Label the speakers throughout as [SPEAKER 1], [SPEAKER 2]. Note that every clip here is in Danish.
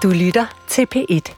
[SPEAKER 1] Du lytter til P1.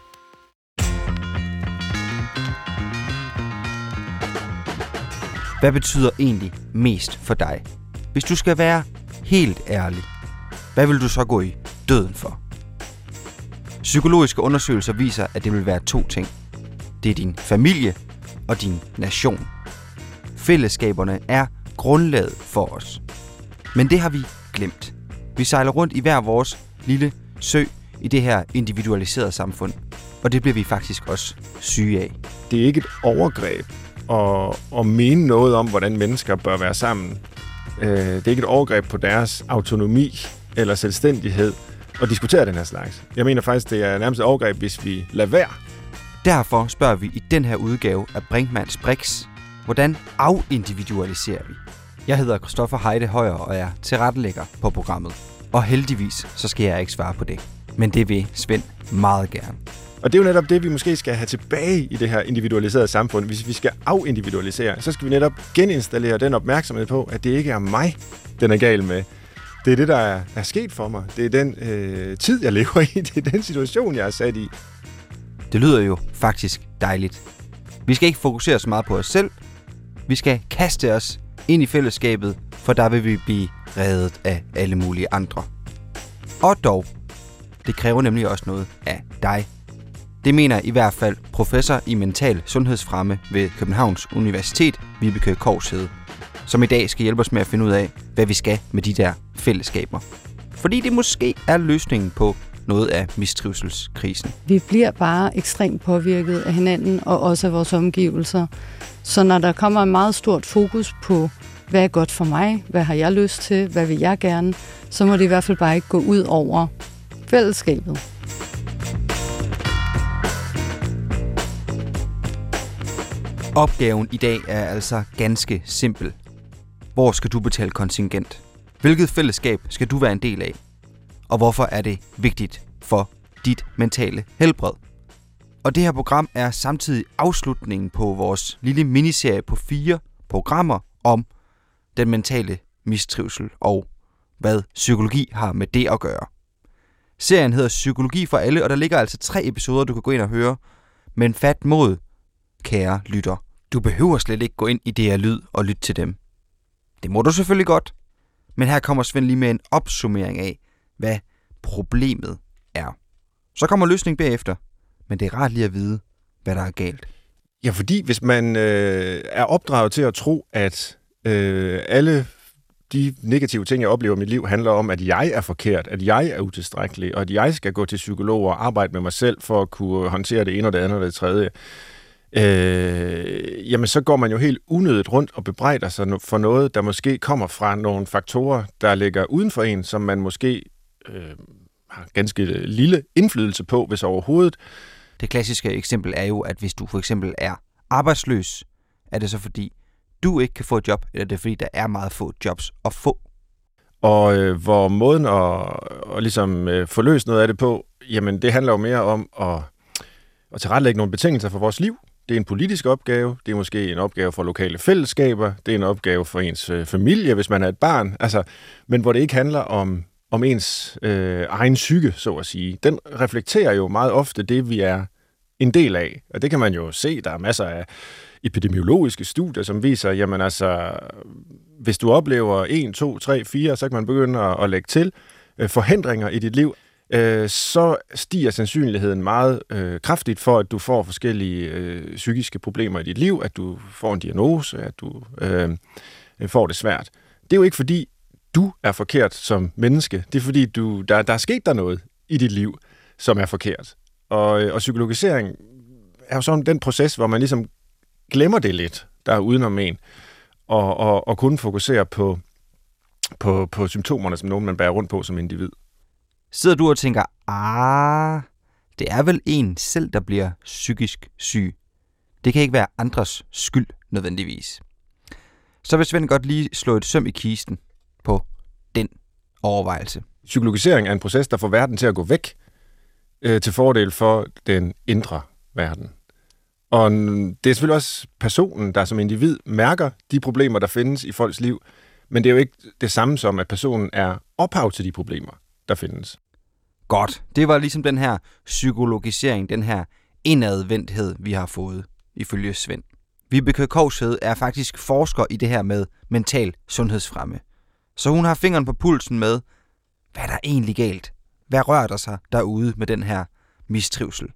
[SPEAKER 2] Hvad betyder egentlig mest for dig? Hvis du skal være helt ærlig, hvad vil du så gå i døden for? Psykologiske undersøgelser viser, at det vil være 2 ting. Det er din familie og din nation. Fællesskaberne er grundlaget for os. Men det har vi glemt. Vi sejler rundt i hver vores lille sø i det her individualiserede samfund. Og det bliver vi faktisk også syge af.
[SPEAKER 3] Det er ikke et overgreb at mene noget om, hvordan mennesker bør være sammen. Det er ikke et overgreb på deres autonomi eller selvstændighed at diskutere den her slags. Jeg mener faktisk, det er nærmest et overgreb, hvis vi lader være.
[SPEAKER 2] Derfor spørger vi i den her udgave af Brinkmanns Brix, hvordan afindividualiserer vi? Jeg hedder Christoffer Heide Højer og er tilrettelægger på programmet. Og heldigvis, så skal jeg ikke svare på det. Men det vil Svend meget gerne.
[SPEAKER 3] Og det er jo netop det, vi måske skal have tilbage i det her individualiserede samfund. Hvis vi skal afindividualisere, så skal vi netop geninstallere den opmærksomhed på, at det ikke er mig, den er gal med. Det er det, der er sket for mig. Det er den tid, jeg lever i. Det er den situation, jeg er sat i.
[SPEAKER 2] Det lyder jo faktisk dejligt. Vi skal ikke fokusere så meget på os selv. Vi skal kaste os ind i fællesskabet, for der vil vi blive reddet af alle mulige andre. Og dog, det kræver nemlig også noget af dig. Det mener i hvert fald professor i mental sundhedsfremme ved Københavns Universitet, Vibeke Kovshede, som i dag skal hjælpe os med at finde ud af, hvad vi skal med de der fællesskaber. Fordi det måske er løsningen på noget af mistrivselskrisen.
[SPEAKER 4] Vi bliver bare ekstremt påvirket af hinanden og også af vores omgivelser. Så når der kommer en meget stort fokus på, hvad er godt for mig, hvad har jeg lyst til, hvad vil jeg gerne, så må det i hvert fald bare ikke gå ud over fællesskabet.
[SPEAKER 2] Opgaven i dag er altså ganske simpel. Hvor skal du betale kontingent? Hvilket fællesskab skal du være en del af? Og hvorfor er det vigtigt for dit mentale helbred? Og det her program er samtidig afslutningen på vores lille miniserie på 4 programmer om den mentale mistrivsel og hvad psykologi har med det at gøre. Serien hedder Psykologi for alle, og der ligger altså 3 episoder, du kan gå ind og høre. Men fat mod, kære lytter. Du behøver slet ikke gå ind i DR Lyd og lytte til dem. Det må du selvfølgelig godt. Men her kommer Svend lige med en opsummering af, hvad problemet er. Så kommer løsningen bagefter. Men det er rart lige at vide, hvad der er galt.
[SPEAKER 3] Ja, fordi hvis man er opdraget til at tro, at alle de negative ting, jeg oplever i mit liv, handler om, at jeg er forkert, at jeg er utilstrækkelig, og at jeg skal gå til psykolog og arbejde med mig selv for at kunne håndtere det ene og det andet og det tredje, jamen så går man jo helt unødigt rundt og bebrejder sig for noget, der måske kommer fra nogle faktorer, der ligger uden for en, som man måske har ganske lille indflydelse på, hvis overhovedet.
[SPEAKER 2] Det klassiske eksempel er jo, at hvis du for eksempel er arbejdsløs, er det så fordi, du ikke kan få et job, eller det er fordi, der er meget få jobs at få.
[SPEAKER 3] Og hvor måden at ligesom få løst noget af det på, jamen det handler jo mere om at tilrettelægge nogle betingelser for vores liv. Det er en politisk opgave, det er måske en opgave for lokale fællesskaber, det er en opgave for ens familie, hvis man er et barn, altså, men hvor det ikke handler om ens egen psyke, så at sige. Den reflekterer jo meget ofte det, vi er en del af, og det kan man jo se, der er masser af epidemiologiske studier, som viser, jamen altså, hvis du oplever 1, 2, 3, 4, så kan man begynde at lægge til forhindringer i dit liv, så stiger sandsynligheden meget kraftigt for, at du får forskellige psykiske problemer i dit liv, at du får en diagnose, at du får det svært. Det er jo ikke fordi, du er forkert som menneske. Det er fordi, der er sket der noget i dit liv, som er forkert. Og psykologisering er jo sådan den proces, hvor man ligesom glemmer det lidt, der er udenom en, og kun fokuserer på symptomerne, som nogen man bærer rundt på som individ.
[SPEAKER 2] Sidder du og tænker, det er vel en selv, der bliver psykisk syg. Det kan ikke være andres skyld nødvendigvis. Så vil Svend godt lige slå et søm i kisten på den overvejelse.
[SPEAKER 3] Psykologisering er en proces, der får verden til at gå væk til fordel for den indre verden. Og det er selvfølgelig også personen, der som individ mærker de problemer, der findes i folks liv, men det er jo ikke det samme som, at personen er ophav til de problemer, der findes.
[SPEAKER 2] Godt. Det var ligesom den her psykologisering, den her indadvendthed, vi har fået, ifølge Svend. Vibeke Koushed er faktisk forsker i det her med mental sundhedsfremme. Så hun har fingeren på pulsen med, hvad er der egentlig galt? Hvad rører der sig derude med den her mistrivsel?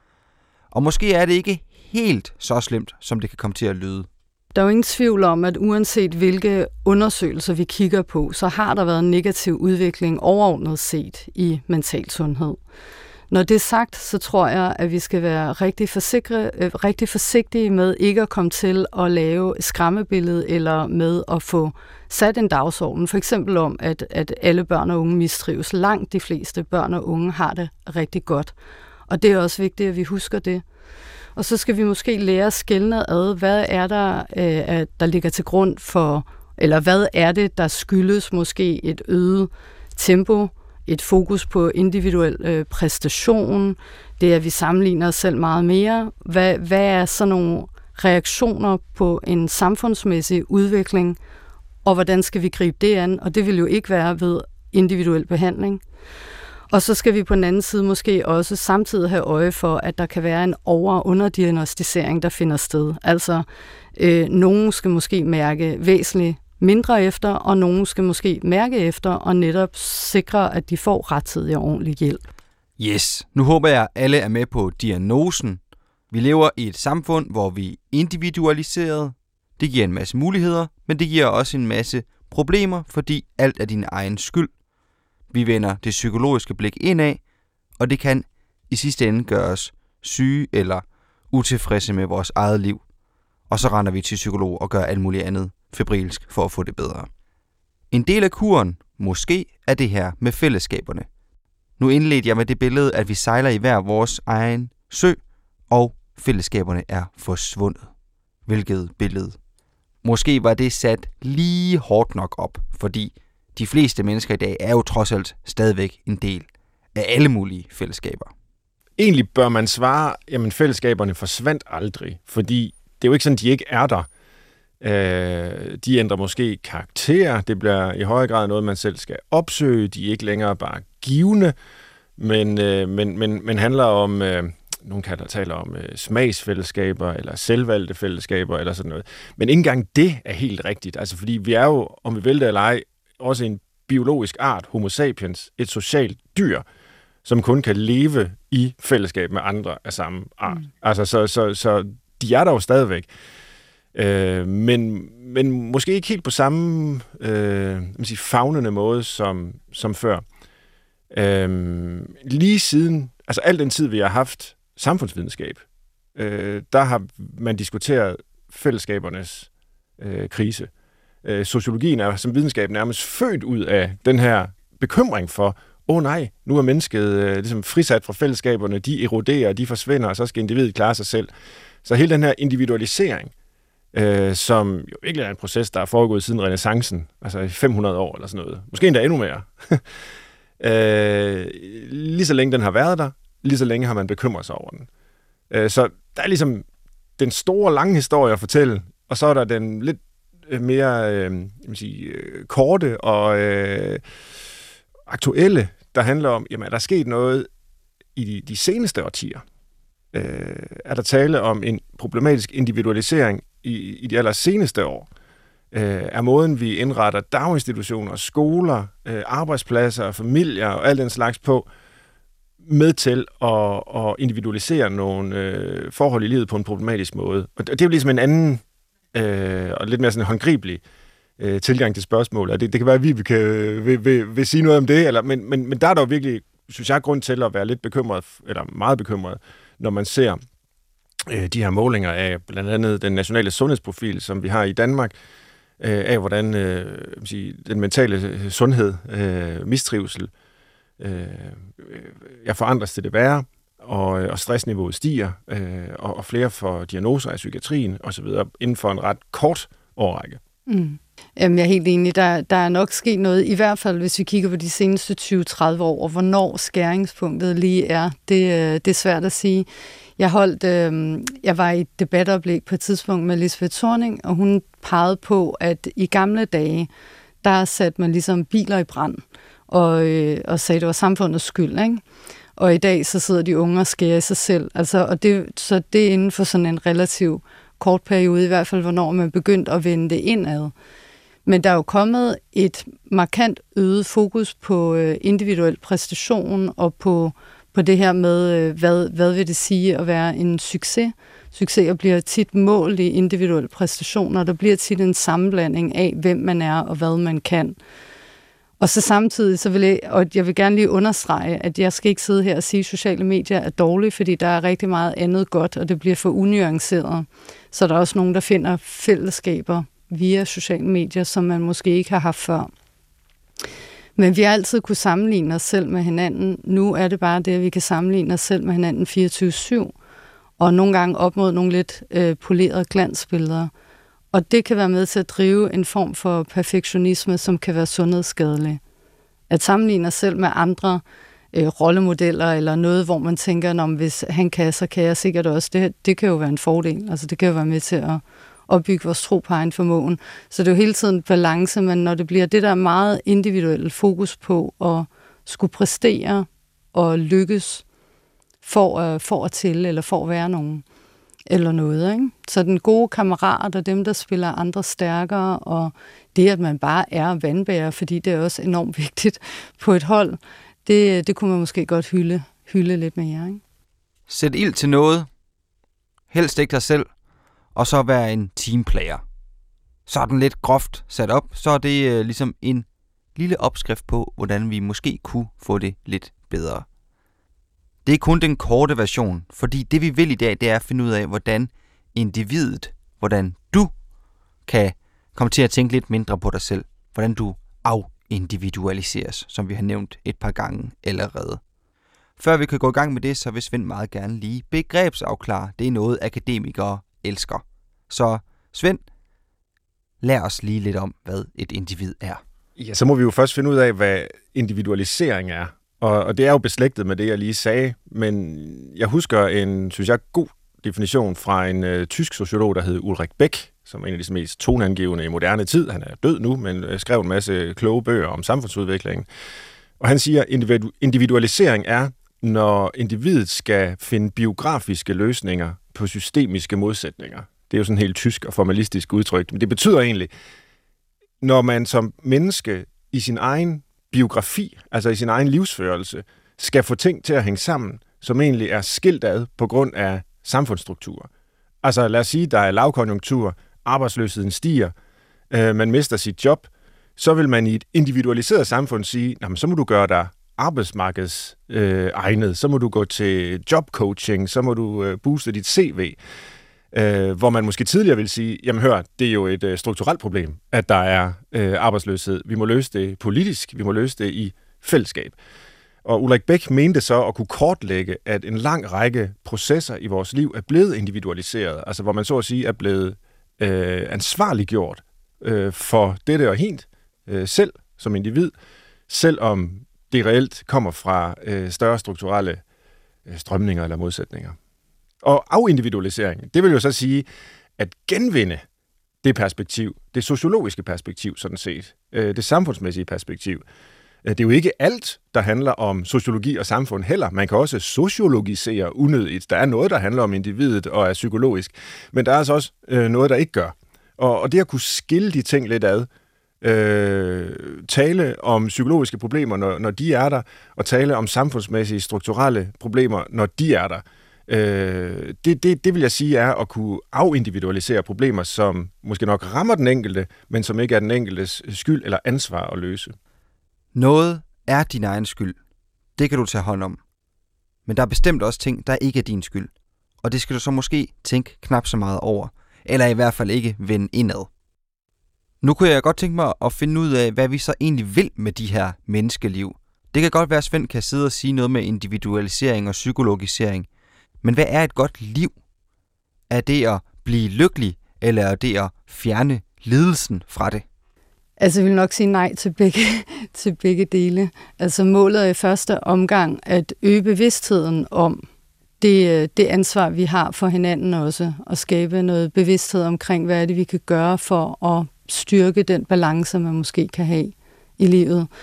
[SPEAKER 2] Og måske er det ikke helt så slemt, som det kan komme til at lyde.
[SPEAKER 4] Der er jo ingen tvivl om, at uanset hvilke undersøgelser vi kigger på, så har der været en negativ udvikling overordnet set i mental sundhed. Når det er sagt, så tror jeg, at vi skal være rigtig forsigtige med ikke at komme til at lave skræmmebillede eller med at få sat en dagsorden. For eksempel om, at alle børn og unge mistrives. Langt de fleste børn og unge har det rigtig godt. Og det er også vigtigt, at vi husker det. Og så skal vi måske lære at skelne ad, hvad er der ligger til grund for, eller hvad er det, der skyldes måske et øget tempo, et fokus på individuel præstation, det at vi sammenligner os selv meget mere. Hvad er sådan nogle reaktioner på en samfundsmæssig udvikling, og hvordan skal vi gribe det an? Og det vil jo ikke være ved individuel behandling. Og så skal vi på den anden side måske også samtidig have øje for, at der kan være en over- og underdiagnostisering, der finder sted. Altså, nogen skal måske mærke væsentligt mindre efter, og nogen skal måske mærke efter og netop sikre, at de får rettidig og ordentlig hjælp.
[SPEAKER 2] Yes, nu håber jeg, at alle er med på diagnosen. Vi lever i et samfund, hvor vi er individualiseret. Det giver en masse muligheder, men det giver også en masse problemer, fordi alt er din egen skyld. Vi vender det psykologiske blik indad, og det kan i sidste ende gøre os syge eller utilfredse med vores eget liv. Og så render vi til psykolog og gør alt muligt andet febrilsk for at få det bedre. En del af kuren, måske, er det her med fællesskaberne. Nu indledte jeg med det billede, at vi sejler i hver vores egen sø, og fællesskaberne er forsvundet. Hvilket billede? Måske var det sat lige hårdt nok op, fordi de fleste mennesker i dag er jo trods alt stadigvæk en del af alle mulige fællesskaber.
[SPEAKER 3] Egentlig bør man svare, jamen fællesskaberne forsvandt aldrig, fordi det er jo ikke sådan, de ikke er der. De ændrer måske karakter, det bliver i højere grad noget, man selv skal opsøge, de er ikke længere bare givende, men handler om, nogen kan der tale om smagsfællesskaber, eller selvvalgte fællesskaber, eller sådan noget. Men ikke engang det er helt rigtigt, altså fordi vi er jo, om vi vil det eller ej, også en biologisk art, homo sapiens, et socialt dyr, som kun kan leve i fællesskab med andre af samme art. Altså, så de er der jo stadigvæk. Men måske ikke helt på samme favnende måde som før. Lige siden, altså al den tid, vi har haft samfundsvidenskab, der har man diskuteret fællesskabernes krise. Sociologien er som videnskab nærmest født ud af den her bekymring for, nej, nu er mennesket ligesom frisat fra fællesskaberne, de eroderer, de forsvinder, og så skal individet klare sig selv. Så hele den her individualisering, som jo ikke er en proces, der er foregået siden renæssancen, altså i 500 år eller sådan noget, måske endda endnu mere. Lige så længe den har været der, lige så længe har man bekymret sig over den. Så der er ligesom den store, lange historie at fortælle, og så er der den lidt mere korte og aktuelle, der handler om, jamen er der sket noget i de seneste årtier? Er der tale om en problematisk individualisering i de aller seneste år? Er måden, vi indretter daginstitutioner, skoler, arbejdspladser, familier og alt den slags på, med til at individualisere nogle forhold i livet på en problematisk måde? Og det er jo ligesom en anden og lidt mere sådan håndgribelig tilgang til spørgsmålet. Det kan være, at vi vil sige noget om det, eller, men der er der jo virkelig, synes jeg, grund til at være lidt bekymret, eller meget bekymret, når man ser de her målinger af blandt andet den nationale sundhedsprofil, som vi har i Danmark, af hvordan den mentale sundhed, mistrivsel, forandres til det værre, og stressniveauet stiger, og flere får diagnoser af psykiatrien osv. inden for en ret kort årrække.
[SPEAKER 4] Jamen, jeg er helt enig. Der er nok sket noget, i hvert fald hvis vi kigger på de seneste 20-30 år, og hvornår skæringspunktet lige er. Det er svært at sige. Jeg var i et debatoplæg på et tidspunkt med Lisbeth Thorning, og hun pegede på, at i gamle dage, der satte man ligesom biler i brand. og sagde, at det var samfundets skyld, ikke? Og i dag så sidder de unge og skærer i sig selv. Altså, så det er inden for sådan en relativ kort periode, i hvert fald hvornår man begyndte at vende det indad. Men der er jo kommet et markant øget fokus på individuel præstation og på det her med, hvad vil det sige at være en succes. Succeser bliver tit målt i individuelle præstationer, og der bliver tit en sammenblanding af, hvem man er og hvad man kan. Og så samtidig, jeg vil gerne lige understrege, at jeg skal ikke sidde her og sige, at sociale medier er dårlige, fordi der er rigtig meget andet godt, og det bliver for unuanceret. Så der er også nogen, der finder fællesskaber via sociale medier, som man måske ikke har haft før. Men vi har altid kunne sammenligne os selv med hinanden. Nu er det bare det, at vi kan sammenligne os selv med hinanden 24/7, og nogle gange op mod nogle lidt polerede glansbilleder. Og det kan være med til at drive en form for perfektionisme, som kan være sundhedsskadelig. At sammenligne os selv med andre rollemodeller, eller noget, hvor man tænker, at hvis han kan, så kan jeg sikkert også. Det kan jo være en fordel. Altså, det kan jo være med til at opbygge vores tro på egen formåen. Så det er jo hele tiden balance, men når det bliver det der meget individuelle fokus på at skulle præstere og lykkes for at tælle, eller for at være nogen, eller noget, ikke? Så den gode kammerat og dem, der spiller andre stærkere, og det, at man bare er vandbærer, fordi det er også enormt vigtigt på et hold, det kunne man måske godt hylde lidt mere, ikke?
[SPEAKER 2] Sæt ild til noget. Helst ikke dig selv. Og så være en teamplayer. Så er den lidt groft sat op, så er det ligesom en lille opskrift på, hvordan vi måske kunne få det lidt bedre. Det er kun den korte version, fordi det vi vil i dag, det er at finde ud af, hvordan individet, hvordan du kan komme til at tænke lidt mindre på dig selv. Hvordan du afindividualiseres, som vi har nævnt et par gange allerede. Før vi kan gå i gang med det, så vil Svend meget gerne lige begrebsafklare. Det er noget, akademikere elsker. Så Svend, lær os lige lidt om, hvad et individ er.
[SPEAKER 3] Ja, så må vi jo først finde ud af, hvad individualisering er. Og det er jo beslægtet med det, jeg lige sagde, men jeg husker en, synes jeg, god definition fra en tysk sociolog, der hed Ulrich Beck, som er en af de mest toneangivende i moderne tid. Han er død nu, men skrev en masse kloge bøger om samfundsudviklingen. Og han siger, at individualisering er, når individet skal finde biografiske løsninger på systemiske modsætninger. Det er jo sådan helt tysk og formalistisk udtryk, men det betyder egentlig, når man som menneske i sin egen biografi, altså i sin egen livsførelse, skal få ting til at hænge sammen, som egentlig er skilt ad på grund af samfundsstrukturer. Altså lad os sige, der er lavkonjunktur, arbejdsløsheden stiger, man mister sit job, så vil man i et individualiseret samfund sige, så må du gøre dig arbejdsmarkedsegnet, så må du gå til jobcoaching, så må du booste dit CV. Hvor man måske tidligere vil sige, jamen hør, det er jo et strukturelt problem, at der er arbejdsløshed. Vi må løse det politisk, vi må løse det i fællesskab. Og Ulrich Beck mente så at kunne kortlægge, at en lang række processer i vores liv er blevet individualiseret, altså hvor man så at sige er blevet ansvarliggjort for dette og hint selv som individ, selvom det reelt kommer fra større strukturelle strømninger eller modsætninger. Og afindividualisering, det vil jo så sige at genvinde det perspektiv, det sociologiske perspektiv sådan set, det samfundsmæssige perspektiv. Det er jo ikke alt, der handler om sociologi og samfund heller. Man kan også sociologisere unødigt. Der er noget, der handler om individet og er psykologisk, men der er altså også noget, der ikke gør. Og det at kunne skille de ting lidt ad, tale om psykologiske problemer, når de er der, og tale om samfundsmæssige strukturelle problemer, når de er der, det vil jeg sige er at kunne afindividualisere problemer, som måske nok rammer den enkelte, men som ikke er den enkeltes skyld eller ansvar at løse.
[SPEAKER 2] Noget er din egen skyld. Det kan du tage hånd om. Men der er bestemt også ting, der ikke er din skyld. Og det skal du så måske tænke knap så meget over. Eller i hvert fald ikke vende indad. Nu kunne jeg godt tænke mig at finde ud af, hvad vi så egentlig vil med de her menneskeliv. Det kan godt være, at Svend kan sidde og sige noget med individualisering og psykologisering. Men hvad er et godt liv? Er det at blive lykkelig, eller er det at fjerne lidelsen fra det?
[SPEAKER 4] Altså, jeg vil nok sige nej til begge dele. Altså, målet er i første omgang at øge bevidstheden om det ansvar, vi har for hinanden også, og skabe noget bevidsthed omkring, hvad er det, vi kan gøre for at styrke den balance, man måske kan have i livet.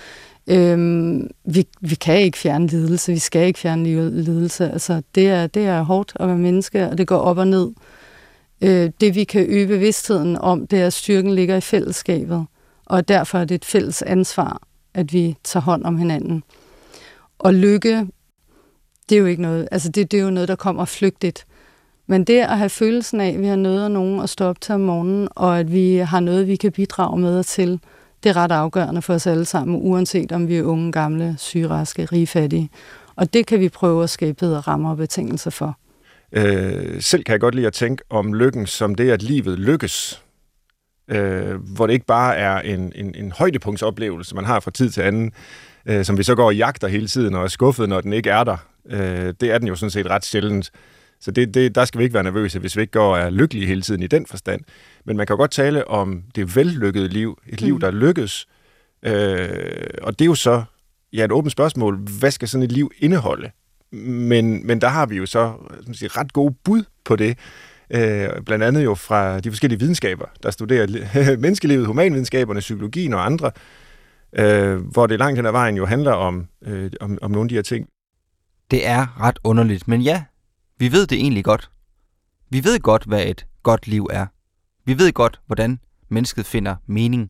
[SPEAKER 4] Vi kan ikke fjerne lidelse, vi skal ikke fjerne lidelse. Altså, det er hårdt at være menneske, og det går op og ned. Det vi kan øge bevidstheden om, det er, at styrken ligger i fællesskabet, og derfor er det et fælles ansvar, at vi tager hånd om hinanden. Og lykke, det er jo ikke noget, altså det er jo noget, der kommer flygtigt. Men det at have følelsen af, at vi har noget af nogen at stå op til om morgenen, og at vi har noget, vi kan bidrage med til, det er ret afgørende for os alle sammen, uanset om vi er unge, gamle, syge, raske, rige, fattige. Og det kan vi prøve at skabe bedre rammer og betingelser for.
[SPEAKER 3] Selv kan jeg godt lide at tænke om lykken som det, at livet lykkes. Hvor det ikke bare er en højdepunktsoplevelse, man har fra tid til anden, som vi så går og jagter hele tiden og er skuffet, når den ikke er der. Det er den jo sådan set ret sjældent. Så der skal vi ikke være nervøse, hvis vi ikke går og er lykkelige hele tiden i den forstand. Men man kan godt tale om det vellykkede liv, et liv, der lykkes. Og det er jo så et åbent spørgsmål. Hvad skal sådan et liv indeholde? Men der har vi jo så ret gode bud på det. Blandt andet jo fra de forskellige videnskaber, der studerer menneskelivet, humanvidenskaberne, psykologien og andre, hvor det langt hen ad vejen jo handler om nogle af de her ting.
[SPEAKER 2] Det er ret underligt, men ja, vi ved det egentlig godt. Vi ved godt, hvad et godt liv er. Vi ved godt, hvordan mennesket finder mening.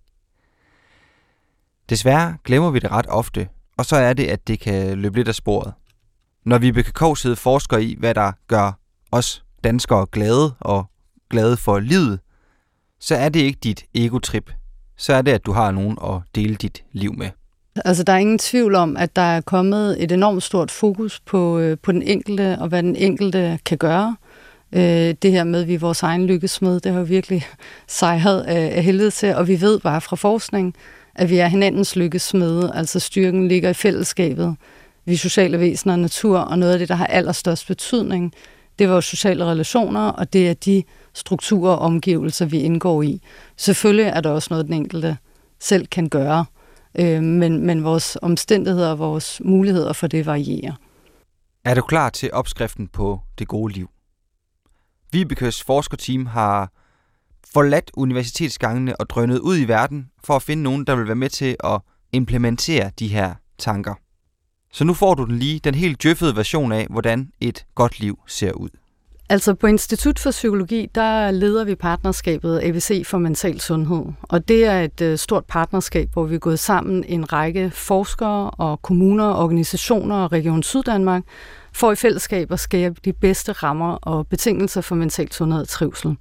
[SPEAKER 2] Desværre glemmer vi det ret ofte, og så er det, at det kan løbe lidt af sporet. Når Vibeke Kovshed forsker i, hvad der gør os danskere glade og glade for livet, så er det ikke dit egotrip. Så er det, at du har nogen at dele dit liv med.
[SPEAKER 4] Altså, der er ingen tvivl om, at der er kommet et enormt stort fokus på den enkelte, og hvad den enkelte kan gøre. Det her med, at vi er vores egen lykkesmed, det har jo virkelig sejret af helvede til, og vi ved bare fra forskning, at vi er hinandens lykkesmede, altså styrken ligger i fællesskabet. Vi er sociale væsener og natur, og noget af det, der har allerstørst betydning, det er vores sociale relationer, og det er de strukturer og omgivelser, vi indgår i. Selvfølgelig er der også noget, den enkelte selv kan gøre, men vores omstændigheder og vores muligheder for det varierer.
[SPEAKER 2] Er du klar til opskriften på det gode liv? Vibekes forskerteam har forladt universitetsgangene og drønet ud i verden for at finde nogen, der vil være med til at implementere de her tanker. Så nu får du den helt djøffede version af, hvordan et godt liv ser ud.
[SPEAKER 4] Altså på Institut for Psykologi, der leder vi partnerskabet ABC for Mental Sundhed. Og det er et stort partnerskab, hvor vi er gået sammen en række forskere og kommuner, organisationer og Region Syddanmark for i fællesskab at skabe de bedste rammer og betingelser for mental sundhed og trivsel.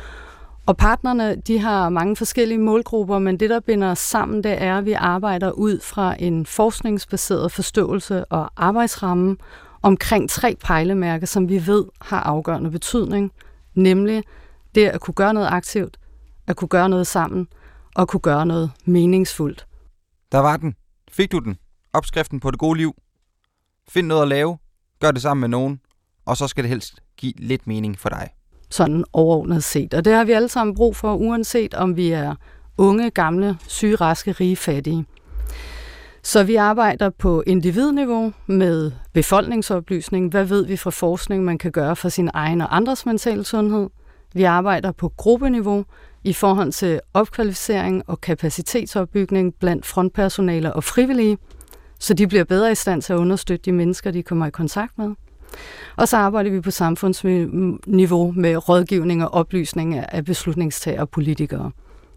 [SPEAKER 4] Og partnerne, de har mange forskellige målgrupper, men det, der binder os sammen, det er, at vi arbejder ud fra en forskningsbaseret forståelse og arbejdsramme omkring 3 pejlemærker, som vi ved har afgørende betydning, nemlig det at kunne gøre noget aktivt, at kunne gøre noget sammen og at kunne gøre noget meningsfuldt.
[SPEAKER 2] Der var den. Fik du den? Opskriften på det gode liv. Find noget at lave, gør det sammen med nogen, og så skal det helst give lidt mening for dig.
[SPEAKER 4] Sådan overordnet set. Og det har vi alle sammen brug for, uanset om vi er unge, gamle, syge, raske, rige, fattige. Så vi arbejder på individniveau med befolkningsoplysning. Hvad ved vi fra forskning, man kan gøre for sin egen og andres mentale sundhed? Vi arbejder på gruppeniveau i forhold til opkvalificering og kapacitetsopbygning blandt frontpersonaler og frivillige, så de bliver bedre i stand til at understøtte de mennesker, de kommer i kontakt med. Og så arbejder vi på samfundsniveau med rådgivning og oplysning af beslutningstagere og politikere.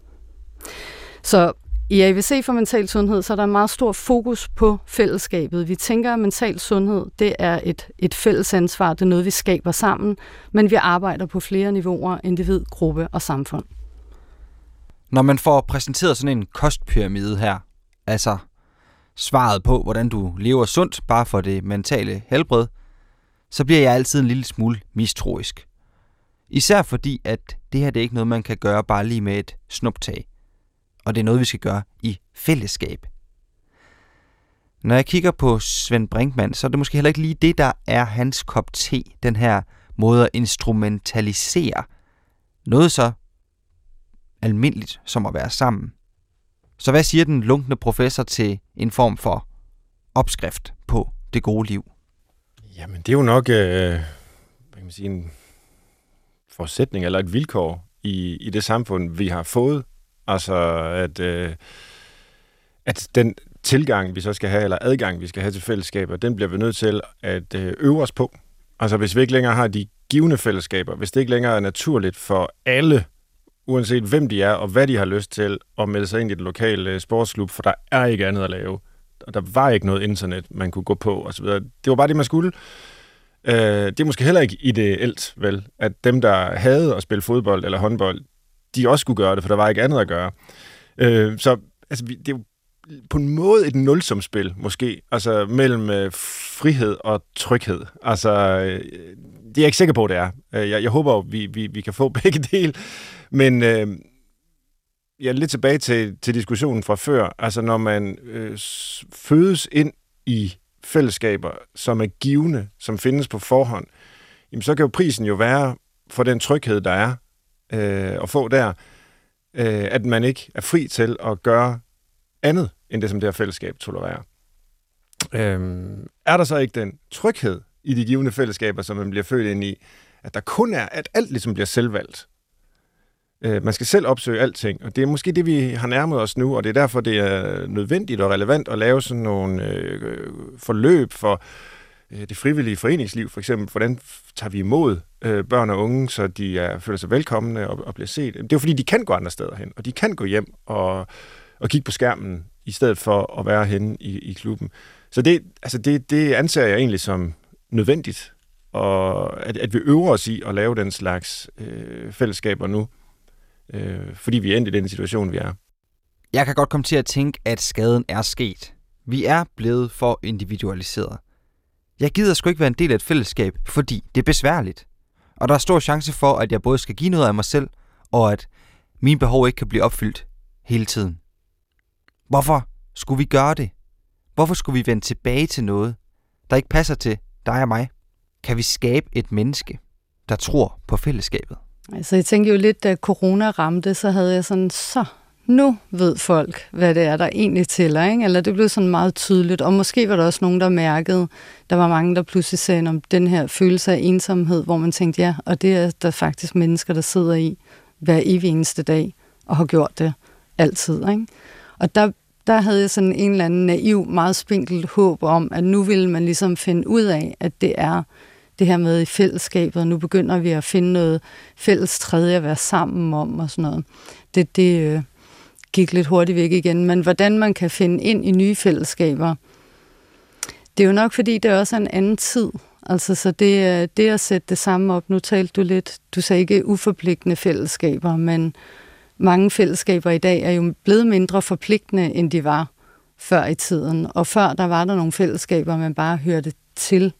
[SPEAKER 4] Så i ABC for mental sundhed, så er der en meget stor fokus på fællesskabet. Vi tænker, at mental sundhed, det er et fælles ansvar, det er noget, vi skaber sammen, men vi arbejder på flere niveauer, individ, gruppe og samfund.
[SPEAKER 2] Når man får præsenteret sådan en kostpyramide her, altså svaret på, hvordan du lever sundt bare for det mentale helbred, så bliver jeg altid en lille smule mistroisk. Især fordi, at det her det er ikke noget, man kan gøre bare lige med et snuptag. Og det er noget, vi skal gøre i fællesskab. Når jeg kigger på Svend Brinkmann, så er det måske heller ikke lige det, der er hans kop te. Den her måde at instrumentalisere noget så almindeligt som at være sammen. Så hvad siger den lunkne professor til en form for opskrift på det gode liv?
[SPEAKER 3] Jamen, det er jo nok hvad kan man sige, en forudsætning eller et vilkår i det samfund, vi har fået. Altså, at tilgang, vi så skal have, eller adgang, vi skal have til fællesskaber, den bliver vi nødt til at øve os på. Altså hvis vi ikke længere har de givne fællesskaber, hvis det ikke længere er naturligt for alle, uanset hvem de er og hvad de har lyst til, at melde sig ind i den lokale sportsklub, for der er ikke andet at lave. Og der var ikke noget internet, man kunne gå på osv. Det var bare det, man skulle. Det er måske heller ikke ideelt, vel, at dem, der havde at spille fodbold eller håndbold, de også skulle gøre det, for der var ikke andet at gøre. Så altså, det er jo på en måde et nulsumsspil, måske, altså mellem frihed og tryghed. Altså, det er jeg ikke sikker på, det er. Jeg håber, vi kan få begge dele, men jeg er lidt tilbage til diskussionen fra før. Altså, når man fødes ind i fællesskaber, som er givende, som findes på forhånd, jamen, så kan jo prisen jo være for den tryghed, der er at få der, at man ikke er fri til at gøre andet, end det, som det her fællesskab tolererer. Er der så ikke den tryghed i de givende fællesskaber, som man bliver født ind i, at der kun er, at alt ligesom bliver selvvalgt? Man skal selv opsøge alting, og det er måske det, vi har nærmet os nu, og det er derfor, det er nødvendigt og relevant at lave sådan nogle forløb for det frivillige foreningsliv, for eksempel. Hvordan tager vi imod børn og unge, så de føler sig velkomne og bliver set? Det er jo fordi, de kan gå andre steder hen, og de kan gå hjem og kigge på skærmen, i stedet for at være henne i klubben. Så det anser jeg egentlig som nødvendigt, og at vi øver os i at lave den slags fællesskaber nu, fordi vi er endt i den situation, vi er.
[SPEAKER 2] Jeg kan godt komme til at tænke, at skaden er sket. Vi er blevet for individualiseret. Jeg gider sgu ikke være en del af et fællesskab, fordi det er besværligt. Og der er stor chance for, at jeg både skal give noget af mig selv, og at mine behov ikke kan blive opfyldt hele tiden. Hvorfor skulle vi gøre det? Hvorfor skulle vi vende tilbage til noget, der ikke passer til dig og mig? Kan vi skabe et menneske, der tror på fællesskabet?
[SPEAKER 4] Altså jeg tænker jo lidt, da corona ramte, så havde jeg sådan, nu ved folk, hvad det er, der egentlig tæller, ikke? Eller det blev sådan meget tydeligt, og måske var der også nogen, der mærkede, der var mange, der pludselig sagde om den her følelse af ensomhed, hvor man tænkte, ja, og det er der faktisk mennesker, der sidder i hver evig eneste dag, og har gjort det altid, ikke? Og der havde jeg sådan en eller anden naiv, meget spinkelt håb om, at nu ville man ligesom finde ud af, at det er det her med i fællesskabet, og nu begynder vi at finde noget fælles tredje at være sammen om og sådan noget. Det gik lidt hurtigt væk igen, men hvordan man kan finde ind i nye fællesskaber, det er jo nok fordi, det også er en anden tid. Altså, så det at sætte det samme op, nu talte du lidt, du sagde ikke uforpligtende fællesskaber, men mange fællesskaber i dag er jo blevet mindre forpligtende, end de var før i tiden. Og før, der var der nogle fællesskaber, man bare hørte til,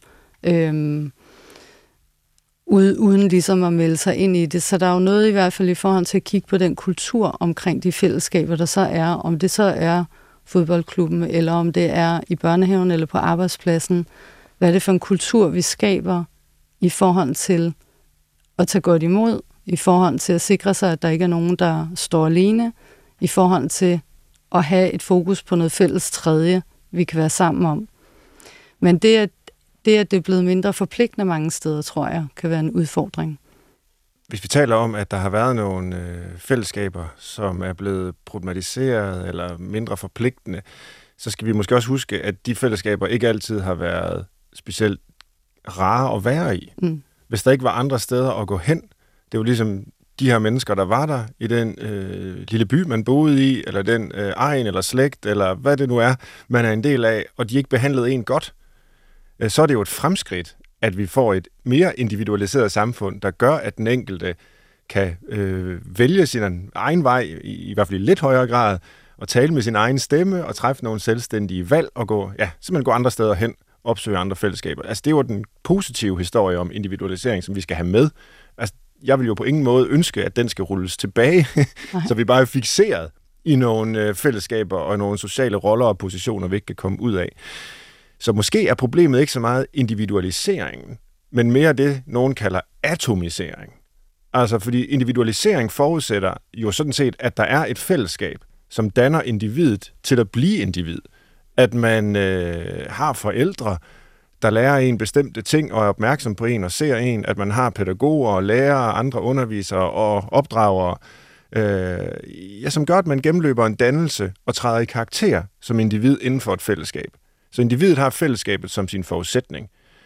[SPEAKER 4] uden ligesom at melde sig ind i det. Så der er jo noget i hvert fald i forhold til at kigge på den kultur omkring de fællesskaber, der så er. Om det så er fodboldklubben, eller om det er i børnehaven eller på arbejdspladsen. Hvad er det for en kultur, vi skaber i forhold til at tage godt imod, i forhold til at sikre sig, at der ikke er nogen, der står alene, i forhold til at have et fokus på noget fælles tredje, vi kan være sammen om. Men det, at det er blevet mindre forpligtende mange steder, tror jeg, kan være en udfordring.
[SPEAKER 3] Hvis vi taler om, at der har været nogle fællesskaber, som er blevet problematiseret eller mindre forpligtende, så skal vi måske også huske, at de fællesskaber ikke altid har været specielt rare at være i. Mm. Hvis der ikke var andre steder at gå hen, det var ligesom de her mennesker, der var der i den lille by, man boede i, eller den egen eller slægt, eller hvad det nu er, man er en del af, og de ikke behandlede en godt, så er det jo et fremskridt, at vi får et mere individualiseret samfund, der gør, at den enkelte kan vælge sin egen vej, i hvert fald i lidt højere grad, og tale med sin egen stemme, og træffe nogle selvstændige valg, og simpelthen gå andre steder hen, opsøge andre fællesskaber. Altså det er jo den positive historie om individualisering, som vi skal have med. Altså jeg vil jo på ingen måde ønske, at den skal rulles tilbage, så vi bare er fikseret i nogle fællesskaber og nogle sociale roller og positioner, vi ikke kan komme ud af. Så måske er problemet ikke så meget individualiseringen, men mere det, nogen kalder atomisering. Altså fordi individualisering forudsætter jo sådan set, at der er et fællesskab, som danner individet til at blive individ. At man har forældre, der lærer en bestemte ting og er opmærksom på en og ser en, at man har pædagoger og lærere og andre undervisere og opdragere, som gør, at man gennemløber en dannelse og træder i karakter som individ inden for et fællesskab. Så individet har fællesskabet som sin forudsætning.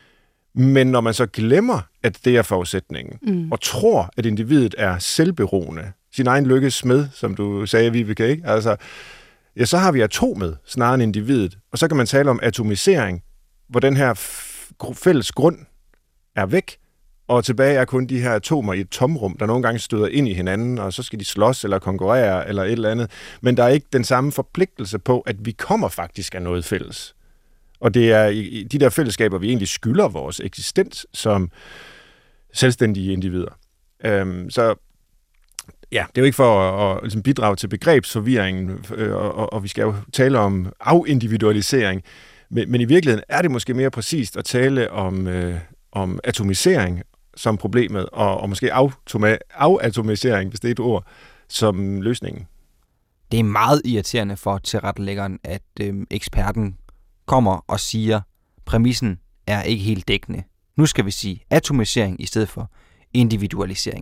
[SPEAKER 3] Men når man så glemmer, at det er forudsætningen, og tror, at individet er selvberoende, sin egen lykkes smed, som du sagde, Vibeke, ikke? Altså, ja, så har vi atomet snarere end individet. Og så kan man tale om atomisering, hvor den her fælles grund er væk, og tilbage er kun de her atomer i et tomrum, der nogle gange støder ind i hinanden, og så skal de slås eller konkurrere eller et eller andet. Men der er ikke den samme forpligtelse på, at vi kommer faktisk af noget fælles. Og det er i de der fællesskaber, vi egentlig skylder vores eksistens som selvstændige individer. Så ja, det er jo ikke for at ligesom bidrage til begrebsforvirringen, og vi skal jo tale om afindividualisering, men i virkeligheden er det måske mere præcist at tale om atomisering som problemet, og måske afatomisering, hvis det er et ord, som løsningen.
[SPEAKER 2] Det er meget irriterende for tilrettelæggeren, at eksperten kommer og siger, præmissen er ikke helt dækkende. Nu skal vi sige atomisering i stedet for individualisering.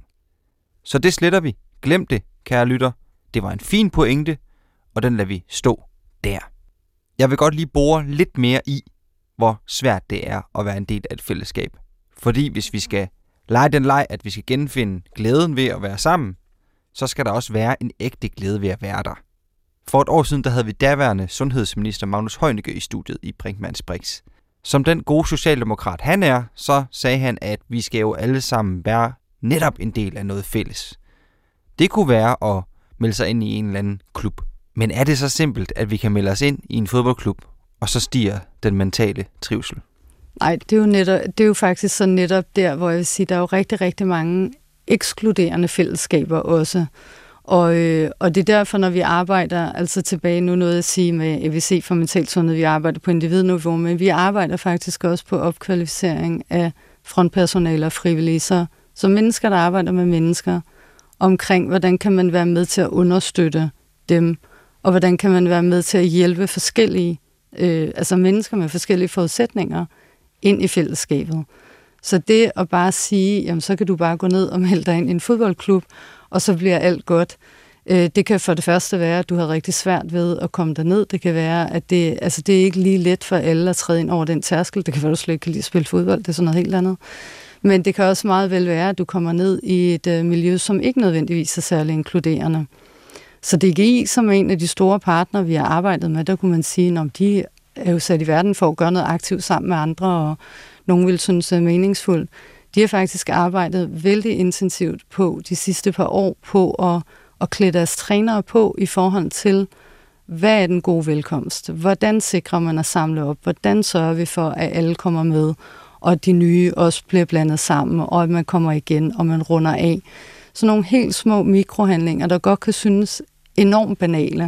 [SPEAKER 2] Så det sletter vi. Glem det, kære lytter. Det var en fin pointe, og den lader vi stå der. Jeg vil godt lige bore lidt mere i, hvor svært det er at være en del af et fællesskab. Fordi hvis vi skal lege den leg, at vi skal genfinde glæden ved at være sammen, så skal der også være en ægte glæde ved at være der. For et år siden, der havde vi daværende sundhedsminister Magnus Heunicke i studiet i Brinkmanns Brix. Som den gode socialdemokrat han er, så sagde han, at vi skal jo alle sammen være netop en del af noget fælles. Det kunne være at melde sig ind i en eller anden klub. Men er det så simpelt, at vi kan melde os ind i en fodboldklub, og så stiger den mentale trivsel?
[SPEAKER 4] Nej, det er jo faktisk så netop der, hvor jeg vil sige, der er jo rigtig, rigtig mange ekskluderende fællesskaber også. Og det er derfor, når vi arbejder, altså tilbage nu noget at sige med EVC for mentalt sundhed, vi arbejder på individniveau, men vi arbejder faktisk også på opkvalificering af frontpersonale og frivillige, så mennesker, der arbejder med mennesker, omkring hvordan kan man være med til at understøtte dem, og hvordan kan man være med til at hjælpe forskellige, altså mennesker med forskellige forudsætninger ind i fællesskabet. Så det at bare sige, jamen så kan du bare gå ned og melde dig ind i en fodboldklub, og så bliver alt godt. Det kan for det første være, at du har rigtig svært ved at komme derned. Det kan være, at det er ikke lige let for alle at træde ind over den tærskel. Det kan være, at du slet ikke kan lide at spille fodbold. Det er sådan noget helt andet. Men det kan også meget vel være, at du kommer ned i et miljø, som ikke nødvendigvis er særlig inkluderende. Så DGI, som er en af de store partnere, vi har arbejdet med, der kunne man sige, at de er jo sat i verden for at gøre noget aktivt sammen med andre, og nogen vil synes det er meningsfuldt. De har faktisk arbejdet vældig intensivt på de sidste par år på at klæde deres trænere på i forhold til, hvad er den gode velkomst? Hvordan sikrer man at samle op? Hvordan sørger vi for, at alle kommer med, og at de nye også bliver blandet sammen, og at man kommer igen, og man runder af? Så nogle helt små mikrohandlinger, der godt kan synes enormt banale,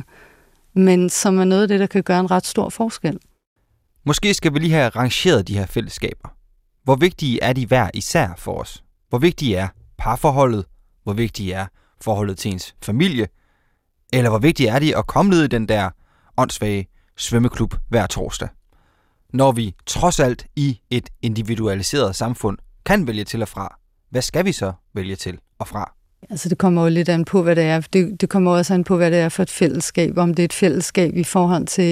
[SPEAKER 4] men som er noget af det, der kan gøre en ret stor forskel.
[SPEAKER 2] Måske skal vi lige have rangeret de her fællesskaber. Hvor vigtige er de hver især for os? Hvor vigtige er parforholdet? Hvor vigtige er forholdet til ens familie? Eller hvor vigtige er de at komme ned i den der åndssvage svømmeklub hver torsdag? Når vi trods alt i et individualiseret samfund kan vælge til og fra, hvad skal vi så vælge til og fra?
[SPEAKER 4] Altså det kommer jo lidt an på, hvad det er. Det kommer også an på, hvad det er for et fællesskab. Om det er et fællesskab i forhold til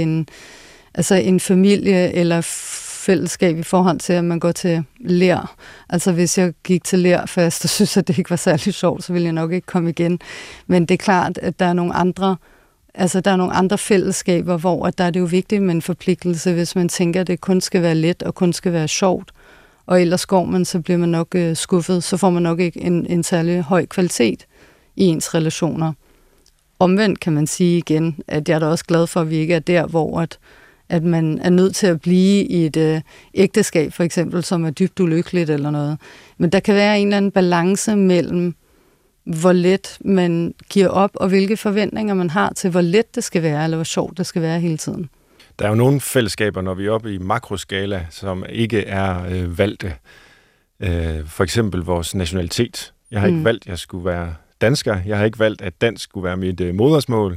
[SPEAKER 4] en familie, eller fællesskab i forhold til, at man går til ler. Altså hvis jeg gik til ler først og synes, at det ikke var særlig sjovt, så ville jeg nok ikke komme igen. Men det er klart, at der er nogle andre fællesskaber, hvor at der er det jo vigtigt med en forpligtelse, hvis man tænker, at det kun skal være let og kun skal være sjovt. Og ellers går man, så bliver man nok skuffet. Så får man nok ikke en særlig høj kvalitet i ens relationer. Omvendt kan man sige igen, at jeg er da også glad for, at vi ikke er der, hvor at man er nødt til at blive i et ægteskab, for eksempel, som er dybt ulykkeligt eller noget. Men der kan være en eller anden balance mellem, hvor let man giver op, og hvilke forventninger man har til, hvor let det skal være, eller hvor sjovt det skal være hele tiden.
[SPEAKER 3] Der er jo nogle fællesskaber, når vi er oppe i makroskala, som ikke er valgte. For eksempel vores nationalitet. Jeg har ikke valgt, at jeg skulle være dansker. Jeg har ikke valgt, at dansk skulle være mit modersmål.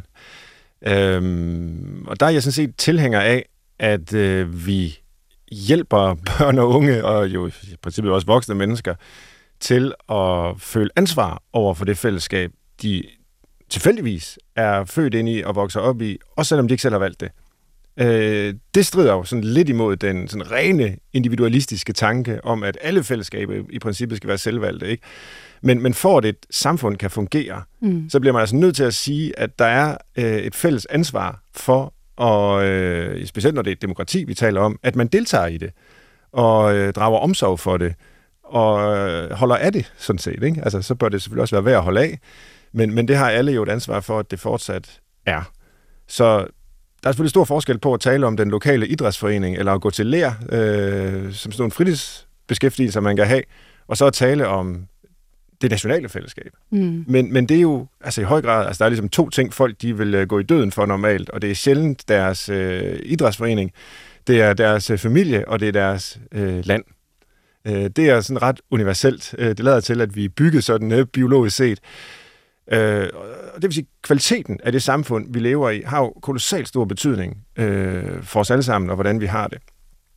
[SPEAKER 3] Og der er jeg sådan set tilhænger af, at vi hjælper børn og unge, og jo i princippet også voksne mennesker, til at føle ansvar over for det fællesskab, de tilfældigvis er født ind i og vokser op i, også selvom de ikke selv har valgt det. Det strider jo sådan lidt imod den sådan rene individualistiske tanke om, at alle fællesskaber i princippet skal være selvvalgte, ikke? Men for at et samfund kan fungere, så bliver man altså nødt til at sige, at der er et fælles ansvar for, og specielt når det er et demokrati, vi taler om, at man deltager i det, og drager omsorg for det, og holder af det, sådan set, ikke? Altså, så bør det selvfølgelig også være værd at holde af, men det har alle jo et ansvar for, at det fortsat er. Så der er selvfølgelig stor forskel på at tale om den lokale idrætsforening, eller at gå til lær, som sådan en fritidsbeskæftigelse, man kan have, og så at tale om det nationale fællesskab. Men det er jo altså i høj grad, altså der er ligesom 2 ting, folk de vil gå i døden for normalt, og det er sjældent deres idrætsforening, det er deres familie, og det er deres land. Det er sådan ret universelt. Det lader til, at vi er bygget sådan biologisk set. Det vil sige, kvaliteten af det samfund, vi lever i, har jo kolossalt stor betydning for os alle sammen, og hvordan vi har det.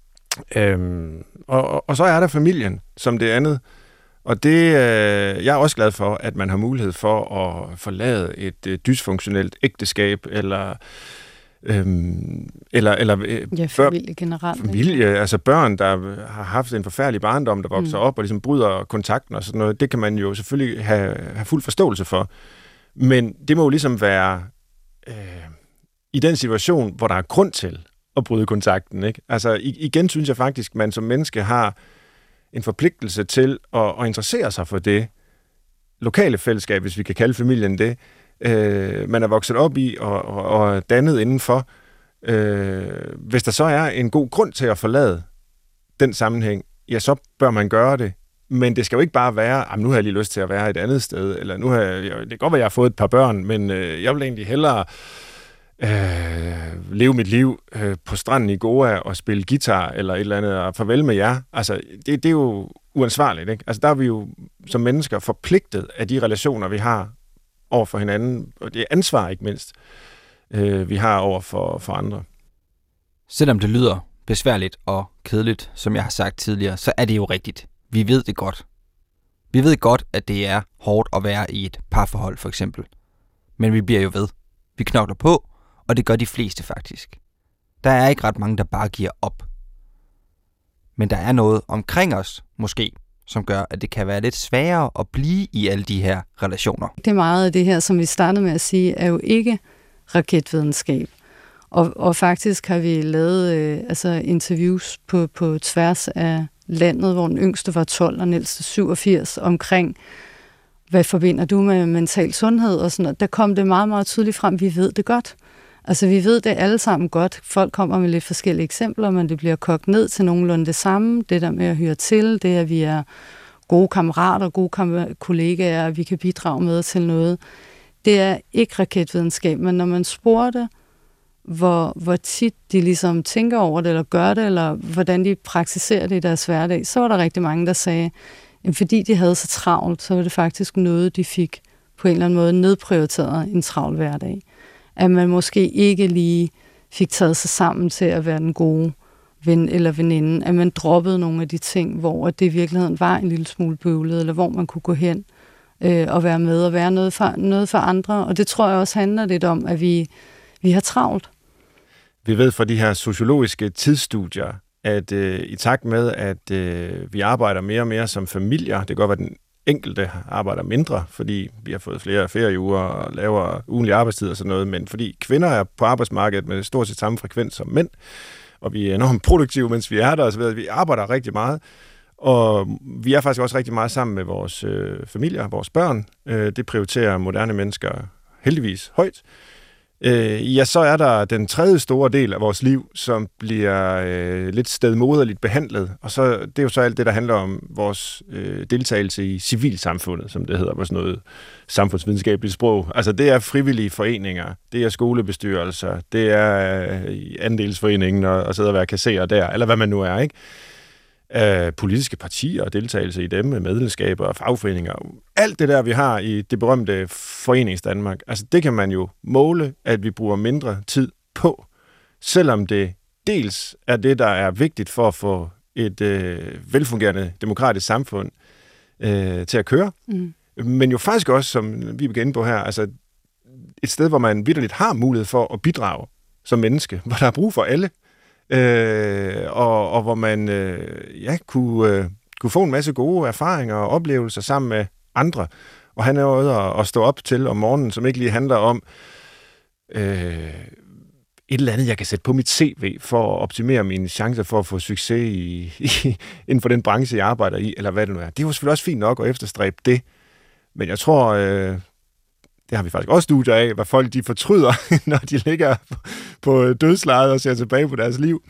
[SPEAKER 3] Og så er der familien som det andet. Og det, jeg er også glad for, at man har mulighed for at forlade et dysfunktionelt ægteskab, eller
[SPEAKER 4] familie generelt.
[SPEAKER 3] Familie, altså børn, der har haft en forfærdelig barndom, der vokser op og ligesom bryder kontakten og sådan noget, det kan man jo selvfølgelig have fuld forståelse for. Men det må jo ligesom være i den situation, hvor der er grund til at bryde kontakten, ikke? Altså igen synes jeg faktisk, man som menneske har en forpligtelse til at interessere sig for det lokale fællesskab, hvis vi kan kalde familien det, man er vokset op i og dannet indenfor. Hvis der så er en god grund til at forlade den sammenhæng, ja, så bør man gøre det. Men det skal jo ikke bare være, nu har jeg lige lyst til at være et andet sted, eller nu har det kan godt være, at jeg har fået et par børn, men jeg vil egentlig hellere leve mit liv på stranden i Goa og spille guitar eller et eller andet, og farvel med jer. Altså, det er jo uansvarligt, ikke? Altså, der er vi jo som mennesker forpligtet af de relationer, vi har over for hinanden, og det er ansvar ikke mindst, vi har over for andre.
[SPEAKER 2] Selvom det lyder besværligt og kedeligt, som jeg har sagt tidligere, så er det jo rigtigt. Vi ved det godt. Vi ved godt, at det er hårdt at være i et parforhold, for eksempel. Men vi bliver jo ved. Vi knokler på, og det gør de fleste faktisk. Der er ikke ret mange, der bare giver op. Men der er noget omkring os, måske, som gør, at det kan være lidt sværere at blive i alle de her relationer.
[SPEAKER 4] Det er meget af det her, som vi startede med at sige, er jo ikke raketvidenskab. Og faktisk har vi lavet interviews på tværs af landet, hvor den yngste var 12 og den ældste 87, omkring, hvad forbinder du med mental sundhed og sådan noget. Der kom det meget, meget tydeligt frem, vi ved det godt. Altså, vi ved det alle sammen godt. Folk kommer med lidt forskellige eksempler, men det bliver kogt ned til nogenlunde det samme. Det der med at høre til, det at vi er gode kammerater, gode kollegaer, at vi kan bidrage med til noget. Det er ikke raketvidenskab, men når man spurgte, hvor tit de ligesom tænker over det, eller gør det, eller hvordan de praktiserer det i deres hverdag, så var der rigtig mange, der sagde, at fordi de havde så travlt, så var det faktisk noget, de fik på en eller anden måde nedprioriteret en travl hverdag. At man måske ikke lige fik taget sig sammen til at være den gode ven eller veninde, at man droppede nogle af de ting, hvor det i virkeligheden var en lille smule bøvlet, eller hvor man kunne gå hen og være med og være noget for andre. Og det tror jeg også handler lidt om, at vi har travlt.
[SPEAKER 3] Vi ved fra de her sociologiske tidsstudier, at i takt med, at vi arbejder mere og mere som familier, det kan godt være, den enkelte arbejder mindre, fordi vi har fået flere ferieuger og lavere ugentlig arbejdstid og sådan noget, men fordi kvinder er på arbejdsmarkedet med stort set samme frekvens som mænd, og vi er enormt produktive, mens vi er der, og så videre. Vi arbejder rigtig meget, og vi er faktisk også rigtig meget sammen med vores familier, vores børn. Det prioriterer moderne mennesker heldigvis højt. Ja, så er der den tredje store del af vores liv, som bliver lidt stedmoderligt behandlet, og så det er jo så alt det, der handler om vores deltagelse i civilsamfundet, som det hedder på sådan noget samfundsvidenskabeligt sprog. Altså det er frivillige foreninger, det er skolebestyrelser, det er andelsforeningen og sidde og være kasserer der, eller hvad man nu er, ikke? Politiske partier og deltagelse i dem, medlemskaber og fagforeninger. Alt det der, vi har i det berømte Foreningsdanmark, altså det kan man jo måle, at vi bruger mindre tid på, selvom det dels er det, der er vigtigt for at få et velfungerende demokratisk samfund til at køre, men jo faktisk også, som vi er inde på her, altså et sted, hvor man vitterligt har mulighed for at bidrage som menneske, hvor der er brug for alle, og hvor man kunne få en masse gode erfaringer og oplevelser sammen med andre. Og han er noget at stå op til om morgenen, som ikke lige handler om et eller andet, jeg kan sætte på mit CV for at optimere mine chancer for at få succes inden for den branche, jeg arbejder i, eller hvad det nu er. Det er jo selvfølgelig også fint nok at efterstræbe det, men jeg tror, det har vi faktisk også studier af, hvad folk de fortryder, når de ligger på dødslejet og ser tilbage på deres liv.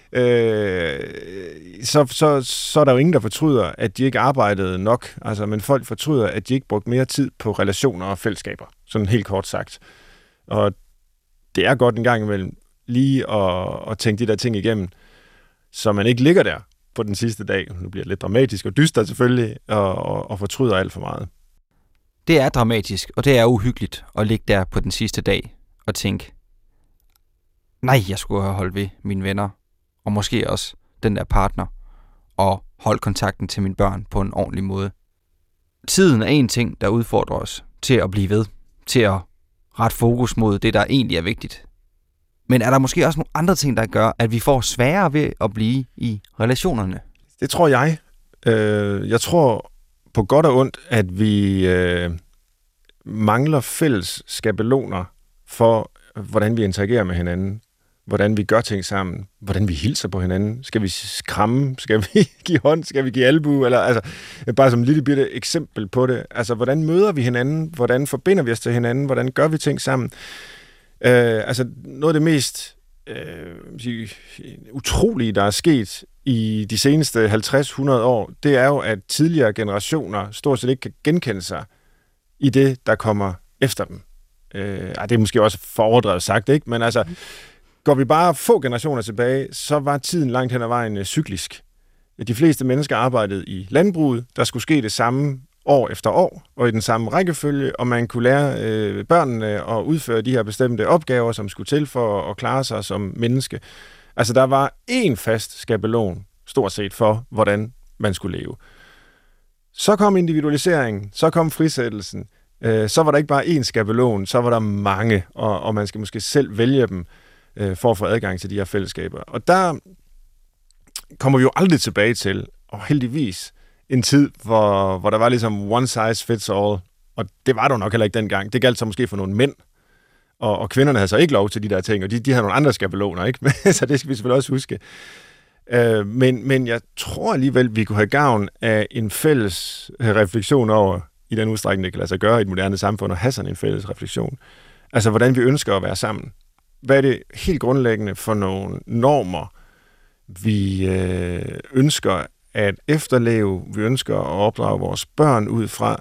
[SPEAKER 3] Så er der jo ingen, der fortryder, at de ikke arbejdede nok. Altså, men folk fortryder, at de ikke brugte mere tid på relationer og fællesskaber. Sådan helt kort sagt. Og det er godt en gang imellem lige at tænke de der ting igennem, så man ikke ligger der på den sidste dag. Nu bliver det lidt dramatisk og dyster selvfølgelig, og fortryder alt for meget.
[SPEAKER 2] Det er dramatisk, og det er uhyggeligt at ligge der på den sidste dag og tænke, nej, jeg skulle have holdt ved mine venner, og måske også den der partner, og holdt kontakten til mine børn på en ordentlig måde. Tiden er en ting, der udfordrer os til at blive ved, til at rette fokus mod det, der egentlig er vigtigt. Men er der måske også nogle andre ting, der gør, at vi får sværere ved at blive i relationerne?
[SPEAKER 3] Det tror jeg. Jeg tror på godt og ondt, at vi mangler fælles skabeloner for, hvordan vi interagerer med hinanden, hvordan vi gør ting sammen, hvordan vi hilser på hinanden. Skal vi kramme? Skal vi give hånd? Skal vi give albu? Eller, altså, bare som et lille bitte eksempel på det. Altså, hvordan møder vi hinanden? Hvordan forbinder vi os til hinanden? Hvordan gør vi ting sammen? Altså, noget af det mest utrolige, der er sket i de seneste 50-100 år, det er jo, at tidligere generationer stort set ikke kan genkende sig i det, der kommer efter dem. Det er måske også for overdrevet sagt, ikke? Men altså, går vi bare få generationer tilbage, så var tiden langt hen ad vejen cyklisk. De fleste mennesker arbejdede i landbruget. Der skulle ske det samme år efter år, og i den samme rækkefølge, og man kunne lære børnene at udføre de her bestemte opgaver, som skulle til for at klare sig som menneske. Altså, der var én fast skabelon, stort set, for, hvordan man skulle leve. Så kom individualiseringen, så kom frisættelsen, så var der ikke bare én skabelon, så var der mange, og man skal måske selv vælge dem, for at få adgang til de her fællesskaber. Og der kommer vi jo aldrig tilbage til, og heldigvis, en tid, hvor der var ligesom one size fits all, og det var der nok heller ikke dengang. Det galt så måske for nogle mænd, og kvinderne havde så ikke lov til de der ting, og de havde nogle andre skabeloner, ikke? Så det skal vi selvfølgelig også huske. Men jeg tror alligevel, vi kunne have gavn af en fælles refleksion over, i den udstrækning, det kan lade sig gøre i et moderne samfund, at have sådan en fælles refleksion. Altså, hvordan vi ønsker at være sammen. Hvad er det helt grundlæggende for nogle normer, vi ønsker at efterleve, vi ønsker at opdrage vores børn ud fra?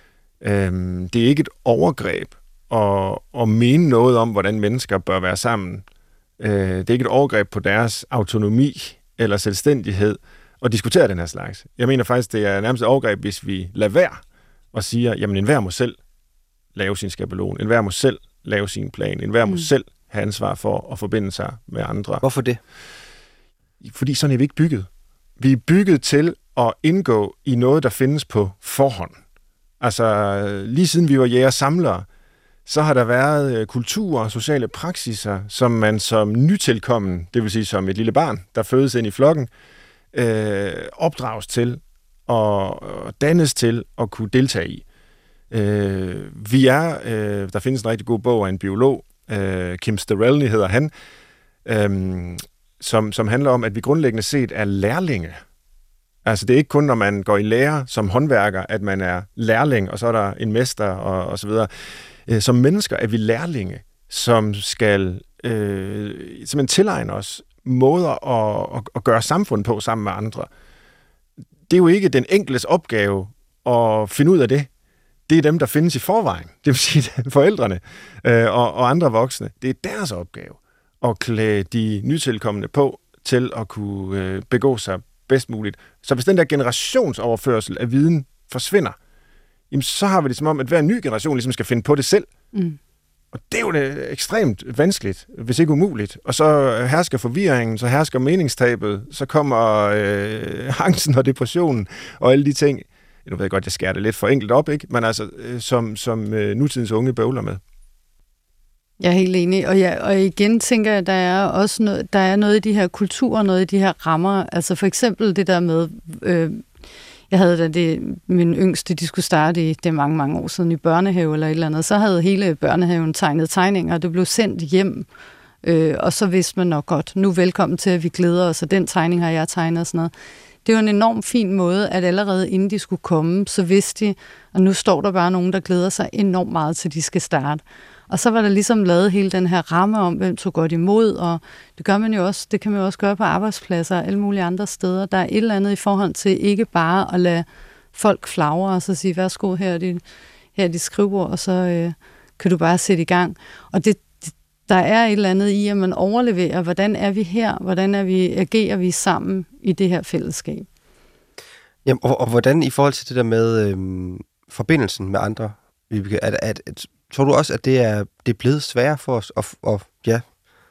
[SPEAKER 3] Det er ikke et overgreb at mene noget om, hvordan mennesker bør være sammen. Det er ikke et overgreb på deres autonomi eller selvstændighed at diskutere den her slags. Jeg mener faktisk, det er nærmest et overgreb, hvis vi lader være og siger, jamen enhver må selv lave sin skabelon, enhver må selv lave sin plan, enhver må selv have ansvar for at forbinde sig med andre.
[SPEAKER 2] Hvorfor det?
[SPEAKER 3] Fordi sådan er vi ikke bygget. Vi er bygget til at indgå i noget, der findes på forhånd. Altså, lige siden vi var jæger-samlere, så har der været kulturer og sociale praksiser, som man som nytilkommen, det vil sige som et lille barn, der fødes ind i flokken, opdrages til og dannes til at kunne deltage i. Der findes en rigtig god bog af en biolog, Kim Sterelny hedder han, som handler om, at vi grundlæggende set er lærlinge. Altså det er ikke kun, når man går i lære som håndværker, at man er lærling, og så er der en mester og så videre. Som mennesker er vi lærlinge, som skal simpelthen tilegne os måder at gøre samfund på sammen med andre. Det er jo ikke den enkeltes opgave at finde ud af det. Det er dem, der findes i forvejen. Det vil sige forældrene og andre voksne. Det er deres opgave at klæde de nytilkommende på til at kunne begå sig bedst muligt. Så hvis den der generationsoverførsel af viden forsvinder, jamen, så har vi det som om, at hver ny generation ligesom skal finde på det selv. Mm. Og det er jo det ekstremt vanskeligt, hvis ikke umuligt. Og så hersker forvirringen, så hersker meningstabet, så kommer angsten og depressionen og alle de ting. Nu ved jeg godt, jeg skærer det lidt for enkelt op, ikke? Men altså, som nutidens unge bøvler med.
[SPEAKER 4] Jeg er helt enig, og igen tænker jeg, at der er noget i de her kulturer, noget i de her rammer. Altså for eksempel det der med, jeg havde da min yngste, de skulle starte det er mange, mange år siden i børnehave eller et eller andet, så havde hele børnehaven tegnet tegninger, og det blev sendt hjem, og så vidste man nok godt, nu velkommen til, at vi glæder os, og den tegning har jeg tegnet og sådan noget. Det var en enormt fin måde, at allerede inden de skulle komme, så vidste de, og nu står der bare nogen, der glæder sig enormt meget til, de skal starte. Og så var der ligesom lavet hele den her ramme om, hvem tog godt imod, og det gør man jo også, det kan man jo også gøre på arbejdspladser og alle mulige andre steder. Der er et eller andet i forhold til ikke bare at lade folk flagre og så sige, værsgo, her er dit skrivebord, og så kan du bare sætte i gang. Og der er et eller andet i, at man overleverer, hvordan er vi her, hvordan agerer vi sammen i det her fællesskab.
[SPEAKER 1] Jamen, og hvordan i forhold til det der med forbindelsen med andre, tror du også, at det er blevet sværere for os at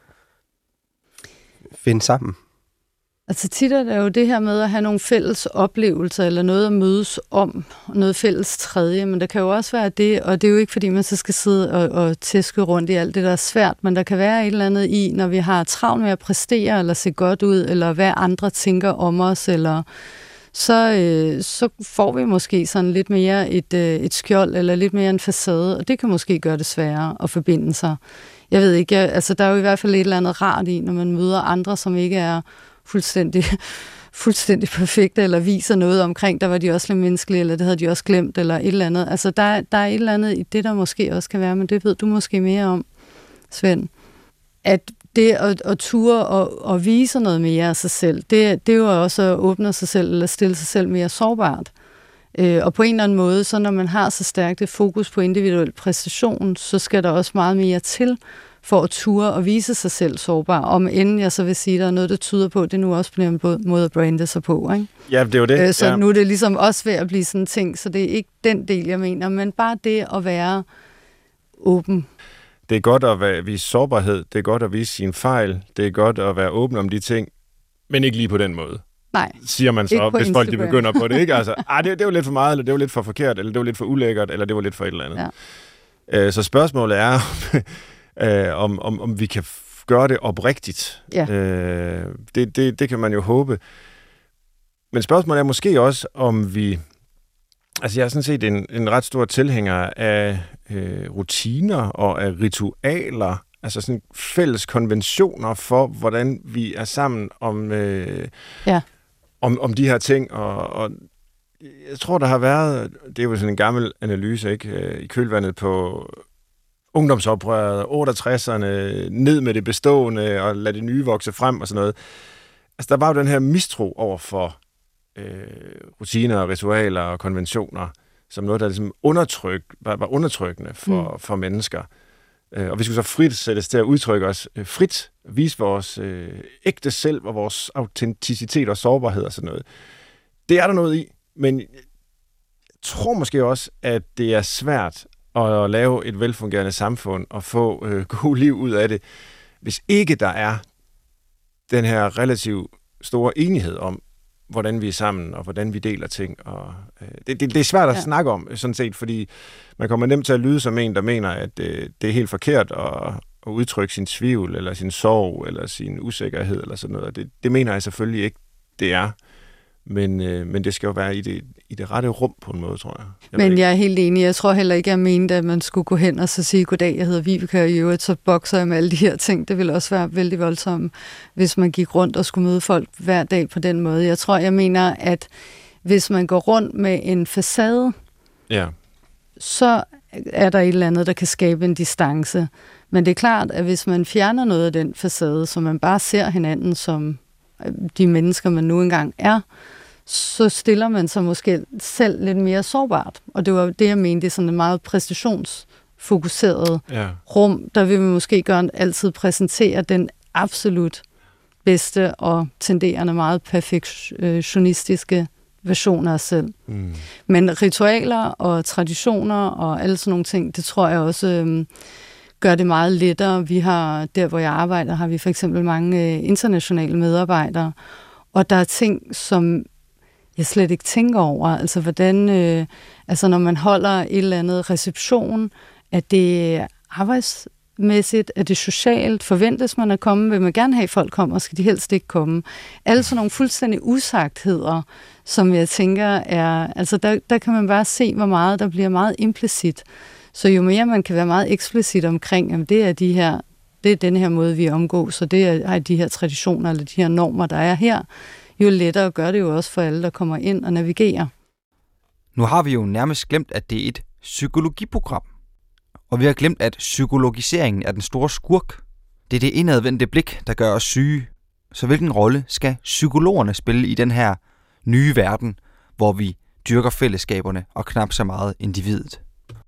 [SPEAKER 1] finde sammen?
[SPEAKER 4] Altså tit er det jo det her med at have nogle fælles oplevelser, eller noget at mødes om, noget fælles tredje, men der kan jo også være det, og det er jo ikke fordi, man så skal sidde og tæske rundt i alt det, der er svært, men der kan være et eller andet i, når vi har travlt med at præstere, eller se godt ud, eller hvad andre tænker om os, eller så får vi måske sådan lidt mere et skjold, eller lidt mere en facade, og det kan måske gøre det sværere at forbinde sig. Jeg ved ikke, altså der er jo i hvert fald et eller andet rart i, når man møder andre, som ikke er fuldstændig perfekte, eller viser noget omkring, der var de også lidt menneskelige, eller det havde de også glemt, eller et eller andet. Altså, der er et eller andet i det, der måske også kan være, men det ved du måske mere om, Svend. At det at ture og vise noget mere af sig selv, det er jo også at åbne sig selv, eller stille sig selv mere sårbart. Og på en eller anden måde, så når man har så stærkt et fokus på individuel præstation, så skal der også meget mere til, for at ture og vise sig selv sårbar. Om inden jeg så vil sige, der er noget, der tyder på, det nu også bliver en måde at brande sig på. Ikke?
[SPEAKER 3] Ja, det er jo det.
[SPEAKER 4] Så nu er det ligesom også ved at blive sådan en ting, så det er ikke den del, jeg mener, men bare det at være åben.
[SPEAKER 3] Det er godt at vise sårbarhed, det er godt at vise sine fejl, det er godt at være åben om de ting, men ikke lige på den måde.
[SPEAKER 4] Nej.
[SPEAKER 3] Siger man så, hvis folk de begynder på det, ikke? Altså, det var lidt for meget, eller det var lidt for forkert, eller det var lidt for ulækkert, eller det var lidt for et eller andet. Ja. Så spørgsmålet er, om vi kan gøre det oprigtigt.
[SPEAKER 4] Ja.
[SPEAKER 3] Det kan man jo håbe. Men spørgsmålet er måske også, om vi... Altså, jeg er sådan set en ret stor tilhænger af rutiner og af ritualer, altså sådan fælles konventioner for, hvordan vi er sammen om de her ting. Og jeg tror, der har været... Det er jo sådan en gammel analyse, ikke? I kølvandet på ungdomsoprøret, 68'erne, ned med det bestående og lade det nye vokse frem og sådan noget. Altså, der var jo den her mistro over for rutiner, ritualer og konventioner, som noget, der ligesom var undertrykkende for mennesker. Og vi skulle så frit sættes til at udtrykke os frit, vise vores ægte selv og vores autenticitet og sårbarhed og sådan noget. Det er der noget i, men jeg tror måske også, at det er svært at lave et velfungerende samfund og få gode liv ud af det, hvis ikke der er den her relativt store enighed om, hvordan vi er sammen, og hvordan vi deler ting. Og, det er svært at snakke om, sådan set, fordi man kommer nemt til at lyde som en, der mener, at det er helt forkert at udtrykke sin tvivl, eller sin sorg, eller sin usikkerhed, eller sådan noget. Det mener jeg selvfølgelig ikke, det er. Men det skal jo være i det rette rum på en måde, tror jeg. Men
[SPEAKER 4] jeg er helt enig. Jeg tror heller ikke, jeg mente, at man skulle gå hen og så sige, goddag, jeg hedder Vibeke, og i øvrigt så bokser jeg med alle de her ting. Det ville også være vældig voldsomt, hvis man gik rundt og skulle møde folk hver dag på den måde. Jeg mener, at hvis man går rundt med en facade, så er der et eller andet, der kan skabe en distance. Men det er klart, at hvis man fjerner noget af den facade, så man bare ser hinanden som de mennesker, man nu engang er, så stiller man sig måske selv lidt mere sårbart. Og det var det, jeg mente, det er sådan et meget præstationsfokuseret rum, der vil vi måske altid præsentere den absolut bedste og tenderende meget perfektionistiske version af os selv. Men ritualer og traditioner og alle sådan nogle ting, det tror jeg også gør det meget lettere. Vi har, der hvor jeg arbejder, har vi for eksempel mange internationale medarbejdere, og der er ting, som jeg slet ikke tænker over. Altså hvordan, når man holder et eller andet reception, at det er tidsmæssigt? Er det socialt? Forventes man at komme? Vil man gerne have, at folk kommer? Skal de helst ikke komme? Alle sådan nogle fuldstændig usagtheder, som jeg tænker er... Altså, der kan man bare se, hvor meget der bliver meget implicit. Så jo mere man kan være meget eksplicit omkring, jamen det er den her måde, vi omgås, og det er de her traditioner, eller de her normer, der er her, jo lettere gør det jo også for alle, der kommer ind og navigerer.
[SPEAKER 2] Nu har vi jo nærmest glemt, at det er et psykologiprogram. Og vi har glemt, at psykologiseringen er den store skurk. Det er det indadvendte blik, der gør os syge. Så hvilken rolle skal psykologerne spille i den her nye verden, hvor vi dyrker fællesskaberne og knap så meget individet?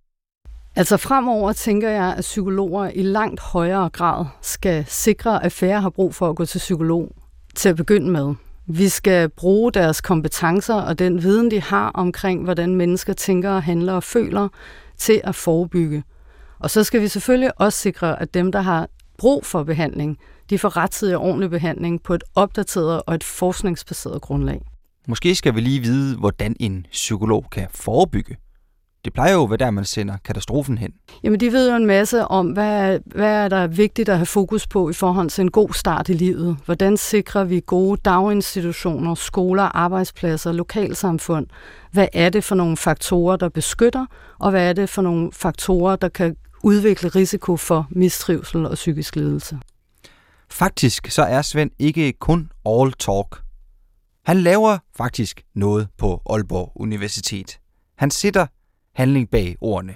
[SPEAKER 4] Altså fremover tænker jeg, at psykologer i langt højere grad skal sikre, at færre har brug for at gå til psykolog til at begynde med. Vi skal bruge deres kompetencer og den viden, de har omkring, hvordan mennesker tænker, handler og føler, til at forebygge. Og så skal vi selvfølgelig også sikre, at dem, der har brug for behandling, de får rettidig og ordentlig behandling på et opdateret og et forskningsbaseret grundlag. Måske
[SPEAKER 2] skal vi lige vide, hvordan en psykolog kan forebygge. Det plejer jo at være der, man sender katastrofen hen.
[SPEAKER 4] Jamen, de ved jo en masse om, hvad er der vigtigt at have fokus på i forhold til en god start i livet. Hvordan sikrer vi gode daginstitutioner, skoler, arbejdspladser, lokalsamfund? Hvad er det for nogle faktorer, der beskytter? Og hvad er det for nogle faktorer, der kan udvikle risiko for mistrivsel og psykisk lidelse?
[SPEAKER 2] Faktisk så er Svend ikke kun all talk. Han laver faktisk noget på Aalborg Universitet. Han sætter handling bag ordene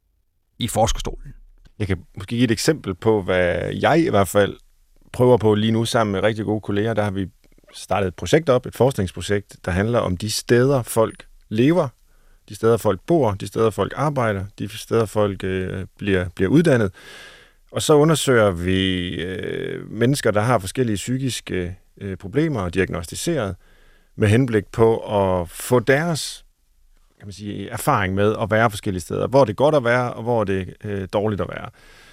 [SPEAKER 2] i forskerstolen.
[SPEAKER 3] Jeg kan måske give et eksempel på, hvad jeg i hvert fald prøver på lige nu sammen med rigtig gode kolleger. Der har vi startet et projekt op, et forskningsprojekt, der handler om de steder, folk lever, de steder, folk bor, de steder, folk arbejder, de steder, folk bliver uddannet. Og så undersøger vi mennesker, der har forskellige psykiske problemer og diagnostiseret, med henblik på at få deres erfaring med at være forskellige steder. Hvor det er godt at være, og hvor det er dårligt at være.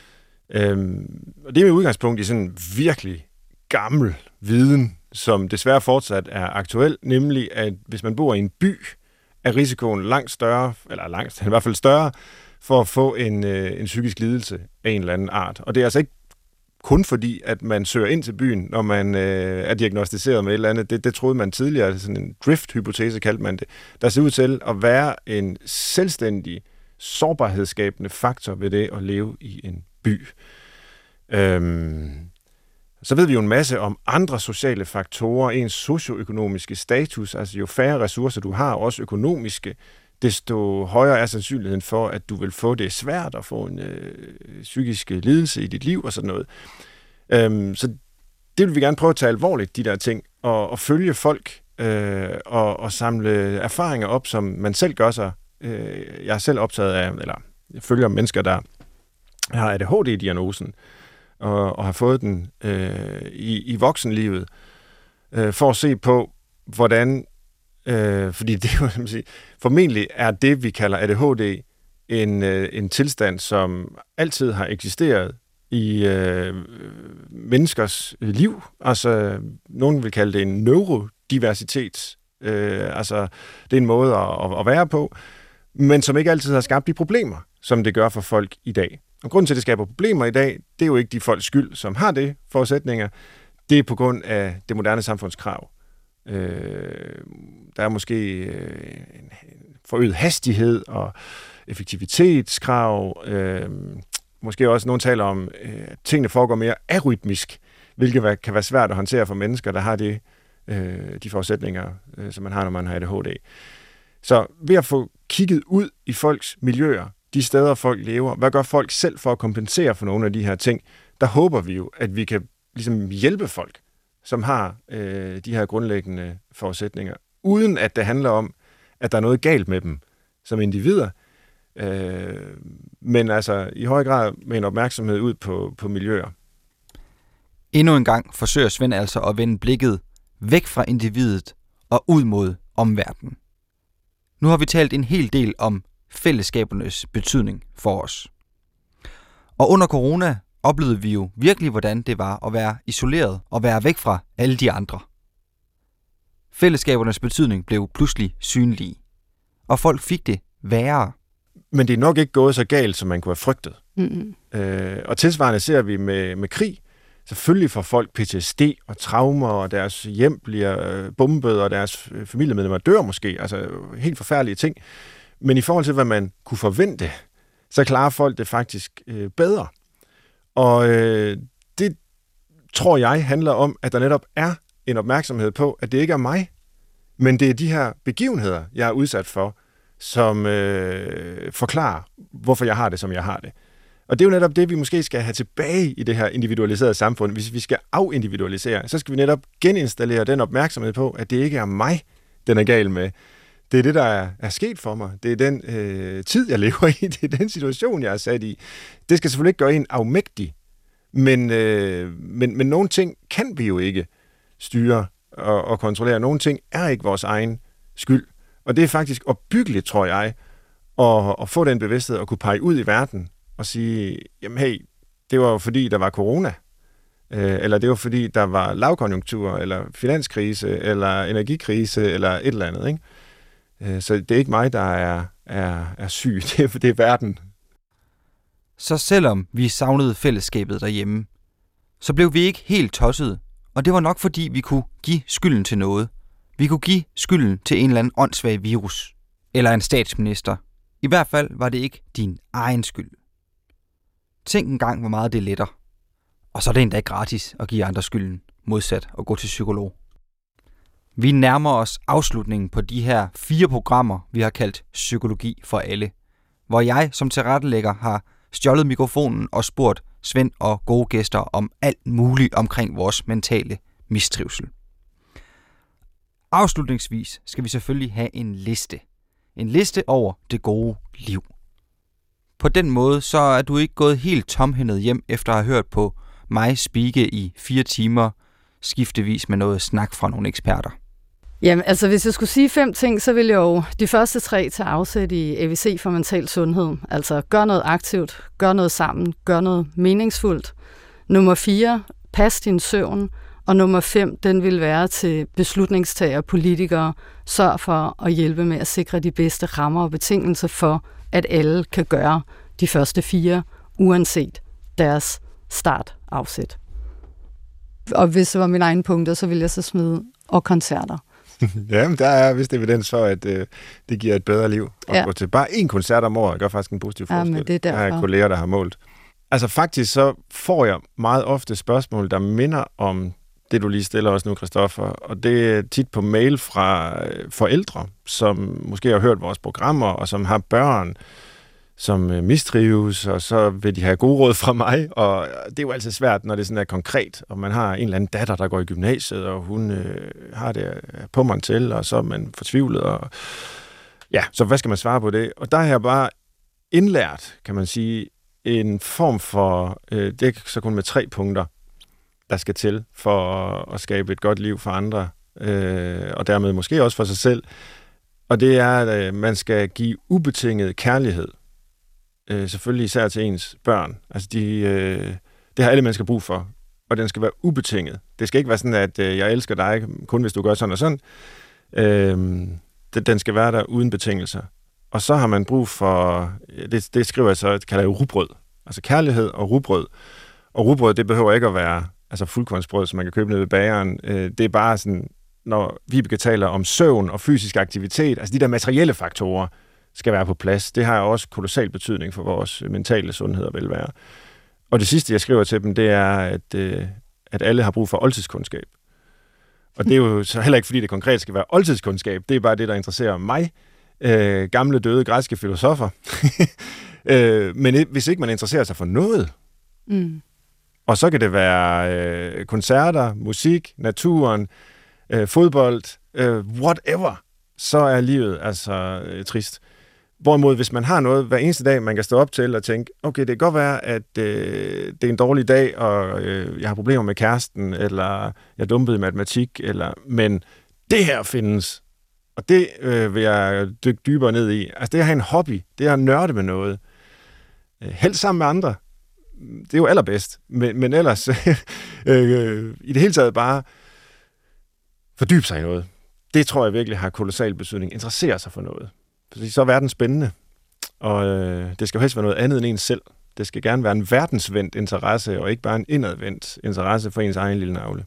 [SPEAKER 3] Og det er med udgangspunkt i sådan en virkelig gammel viden, som desværre fortsat er aktuel, nemlig at hvis man bor i en by, er risikoen langt større, eller i hvert fald større, for at få en psykisk lidelse af en eller anden art. Og det er altså ikke kun fordi, at man søger ind til byen, når man er diagnostiseret med et eller andet. Det troede man tidligere, sådan en drift-hypotese kaldte man det. Der ser ud til at være en selvstændig, sårbarhedsskabende faktor ved det at leve i en by. Så ved vi jo en masse om andre sociale faktorer, ens socioøkonomiske status, altså jo færre ressourcer du har, også økonomiske, desto højere er sandsynligheden for, at du vil få det svært at få en psykisk lidelse i dit liv og sådan noget. Så det vil vi gerne prøve at tage alvorligt, de der ting, og følge folk og samle erfaringer op, som man selv gør sig. Jeg er selv optaget af, eller jeg følger mennesker, der har ADHD-diagnosen, og har fået den i voksenlivet, for at se på, hvordan fordi det er jo, formentlig er det, vi kalder ADHD, en tilstand, som altid har eksisteret i menneskers liv. Altså, nogen vil kalde det en neurodiversitet. Altså, det er en måde at være på, men som ikke altid har skabt de problemer, som det gør for folk i dag. Og grunden til, at det skaber problemer i dag, det er jo ikke de folks skyld, som har det forudsætninger. Det er på grund af det moderne samfundskrav. Der er måske en forøget hastighed og effektivitetskrav. Måske også nogen taler om, at tingene foregår mere arytmisk, hvilket kan være svært at håndtere for mennesker, der har de forudsætninger, som man har, når man har ADHD. Så ved at få kigget ud i folks miljøer, de steder folk lever, hvad gør folk selv for at kompensere for nogle af de her ting, der håber vi jo, at vi kan ligesom hjælpe folk, som har de her grundlæggende forudsætninger, uden at det handler om, at der er noget galt med dem som individer, men altså i høj grad med en opmærksomhed ud på miljøer.
[SPEAKER 2] Endnu en gang forsøger Svend altså at vende blikket væk fra individet og ud mod omverdenen. Nu har vi talt en hel del om fællesskabernes betydning for os. Og under corona oplevede vi jo virkelig, hvordan det var at være isoleret og være væk fra alle de andre. Fællesskabernes betydning blev pludselig synlig, og folk fik det værre.
[SPEAKER 3] Men det er nok ikke gået så galt, som man kunne have frygtet. Og tilsvarende ser vi med krig. Selvfølgelig får folk PTSD og traumer, og deres hjem bliver bombet, og deres familiemedlemmer dør måske. Altså helt forfærdelige ting. Men i forhold til, hvad man kunne forvente, så klarer folk det faktisk bedre. Og det tror jeg handler om, at der netop er en opmærksomhed på, at det ikke er mig, men det er de her begivenheder, jeg er udsat for, som forklarer, hvorfor jeg har det, som jeg har det. Og det er jo netop det, vi måske skal have tilbage i det her individualiserede samfund. Hvis vi skal afindividualisere, så skal vi netop geninstallere den opmærksomhed på, at det ikke er mig, den er gal med. Det er det, der er sket for mig. Det er den tid, jeg lever i. Det er den situation, jeg er sat i. Det skal selvfølgelig ikke gøre en afmægtig. Men nogle ting kan vi jo ikke styre og kontrollere. Nogle ting er ikke vores egen skyld. Og det er faktisk opbyggeligt, tror jeg, at få den bevidsthed og kunne pege ud i verden og sige, jamen hey, det var jo fordi, der var corona. Eller det var fordi, der var lavkonjunktur, eller finanskrise, eller energikrise, eller et eller andet, ikke? Så det er ikke mig, der er syg. Det er verden.
[SPEAKER 2] Så selvom vi savnede fællesskabet derhjemme, så blev vi ikke helt tossede. Og det var nok fordi, vi kunne give skylden til noget. Vi kunne give skylden til en eller anden åndssvag virus. Eller en statsminister. I hvert fald var det ikke din egen skyld. Tænk en gang, hvor meget det letter. Og så er det endda gratis at give andre skylden, modsat at gå til psykolog. Vi nærmer os afslutningen på de her 4 programmer, vi har kaldt Psykologi for alle. Hvor jeg som tilrettelægger har stjålet mikrofonen og spurgt Svend og gode gæster om alt muligt omkring vores mentale mistrivsel. Afslutningsvis skal vi selvfølgelig have en liste. En liste over det gode liv. På den måde så er du ikke gået helt tomhændet hjem efter at have hørt på mig speake i 4 timer, skiftevis med noget snak fra nogle eksperter.
[SPEAKER 4] Jamen, altså hvis jeg skulle sige 5 ting, så ville jeg jo de første 3 tage afsæt i AVC for mental sundhed. Altså gør noget aktivt, gør noget sammen, gør noget meningsfuldt. Nummer 4, pas din søvn. Og nummer 5, den vil være til beslutningstagere, politikere. Sørg for at hjælpe med at sikre de bedste rammer og betingelser for, at alle kan gøre de første 4, uanset deres startafsæt. Og hvis det var mine egne punkter, så ville jeg så smide og koncerter.
[SPEAKER 3] Jamen, der er vist evidens for, at det giver et bedre liv at gå til. Bare 1 koncert om året gør faktisk en positiv forskel.
[SPEAKER 4] Ja, det er derfor.
[SPEAKER 3] Jeg har kolleger, der har målt. Altså faktisk så får jeg meget ofte spørgsmål, der minder om det, du lige stiller os nu, Christoffer. Og det er tit på mail fra forældre, som måske har hørt vores programmer, og som har børn, som mistrives, og så vil de have gode råd fra mig. Og det er jo altid svært, når det sådan er konkret, og man har en eller anden datter, der går i gymnasiet, og hun har det på mig til, og så er man fortvivlet. Og ja, så hvad skal man svare på det? Og der har jeg bare indlært, kan man sige, en form for, det er så kun med 3 punkter, der skal til for at skabe et godt liv for andre, og dermed måske også for sig selv. Og det er, at man skal give ubetinget kærlighed. Selvfølgelig især til ens børn. Altså det har alle mennesker brug for, og den skal være ubetinget. Det skal ikke være sådan, at jeg elsker dig, kun hvis du gør sådan og sådan. Den skal være der uden betingelser. Og så har man brug for, det skriver jeg så, det kalder jeg rugbrød. Altså kærlighed og rugbrød. Og rugbrød, det behøver ikke at være altså fuldkornsbrød, som man kan købe nede ved bageren. Det er bare sådan, når Vibeke taler om søvn og fysisk aktivitet, altså de der materielle faktorer, skal være på plads. Det har også kolossal betydning for vores mentale sundhed og velvære. Og det sidste, jeg skriver til dem, det er, at alle har brug for oldtidskundskab. Og det er jo så heller ikke, fordi det konkret skal være oldtidskundskab. Det er bare det, der interesserer mig. Gamle, døde, græske filosofer. Men hvis ikke man interesserer sig for noget, og så kan det være koncerter, musik, naturen, fodbold, whatever, så er livet altså trist. Hvorimod, hvis man har noget hver eneste dag, man kan stå op til og tænke, okay, det kan godt være, at det er en dårlig dag, og jeg har problemer med kæresten, eller jeg dumpede i matematik, men det her findes, og det vil jeg dykke dybere ned i. Altså det at have en hobby, det er at nørde med noget. Helst sammen med andre. Det er jo allerbedst. Men ellers, i det hele taget bare fordybe sig i noget. Det tror jeg virkelig har kolossal betydning. Interessere sig for noget. Fordi så er verden spændende. Og det skal jo helst være noget andet end ens selv. Det skal gerne være en verdensvendt interesse, og ikke bare en indadvendt interesse for ens egen lille navle.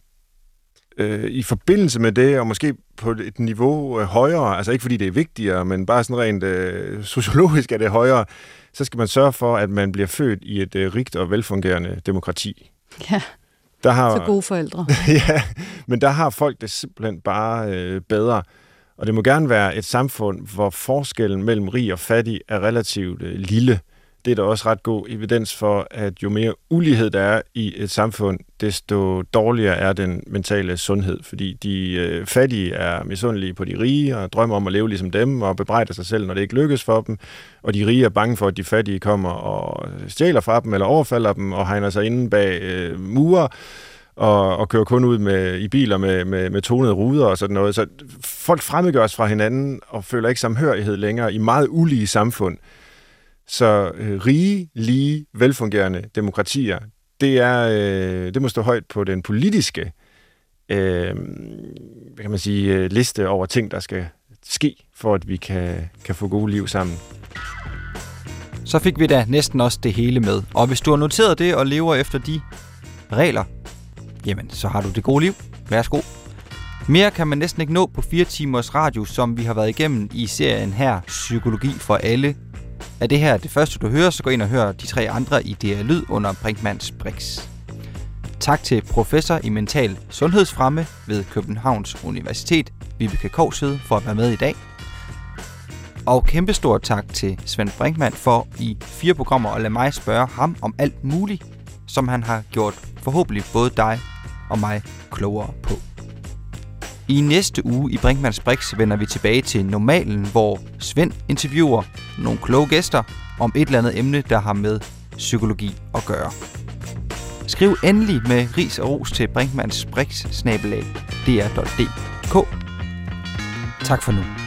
[SPEAKER 3] I forbindelse med det, og måske på et niveau højere, altså ikke fordi det er vigtigere, men bare sådan rent sociologisk er det højere, så skal man sørge for, at man bliver født i et rigt og velfungerende demokrati.
[SPEAKER 4] Ja, så gode forældre.
[SPEAKER 3] Ja, men der har folk det simpelthen bare bedre. Og det må gerne være et samfund, hvor forskellen mellem rig og fattig er relativt lille. Det er der også ret god evidens for, at jo mere ulighed der er i et samfund, desto dårligere er den mentale sundhed. Fordi de fattige er misundelige på de rige og drømmer om at leve ligesom dem og bebrejder sig selv, når det ikke lykkes for dem. Og de rige er bange for, at de fattige kommer og stjæler fra dem eller overfalder dem og hegner sig inde bag mure og kører kun ud i biler med tonede ruder og sådan noget. Så folk fremmedgøres fra hinanden og føler ikke samhørighed længere i meget ulige samfund. Så rige, lige, velfungerende demokratier, det må stå højt på den politiske hvad kan man sige, liste over ting, der skal ske, for at vi kan få gode liv sammen.
[SPEAKER 2] Så fik vi da næsten også det hele med. Og hvis du har noteret det og lever efter de regler, jamen så har du det gode liv. Værsgo. Mere kan man næsten ikke nå på 4 timers radio, som vi har været igennem i serien her, Psykologi for alle. Er det her det første, du hører, så gå ind og hør de 3 andre i DR Lyd under Brinkmanns Brix. Tak til professor i mental sundhedsfremme ved Københavns Universitet, Vibeke Koushed, for at være med i dag. Og kæmpestort tak til Svend Brinkmann for i 4 programmer at lade mig spørge ham om alt muligt, som han har gjort forhåbentlig både dig og mig klogere på. I næste uge i Brinkmanns Brix vender vi tilbage til normalen, hvor Svend interviewer nogle kloge gæster om et eller andet emne, der har med psykologi at gøre. Skriv endelig med ris og ros til brinkmannsbrix@dr.dk. Tak for nu.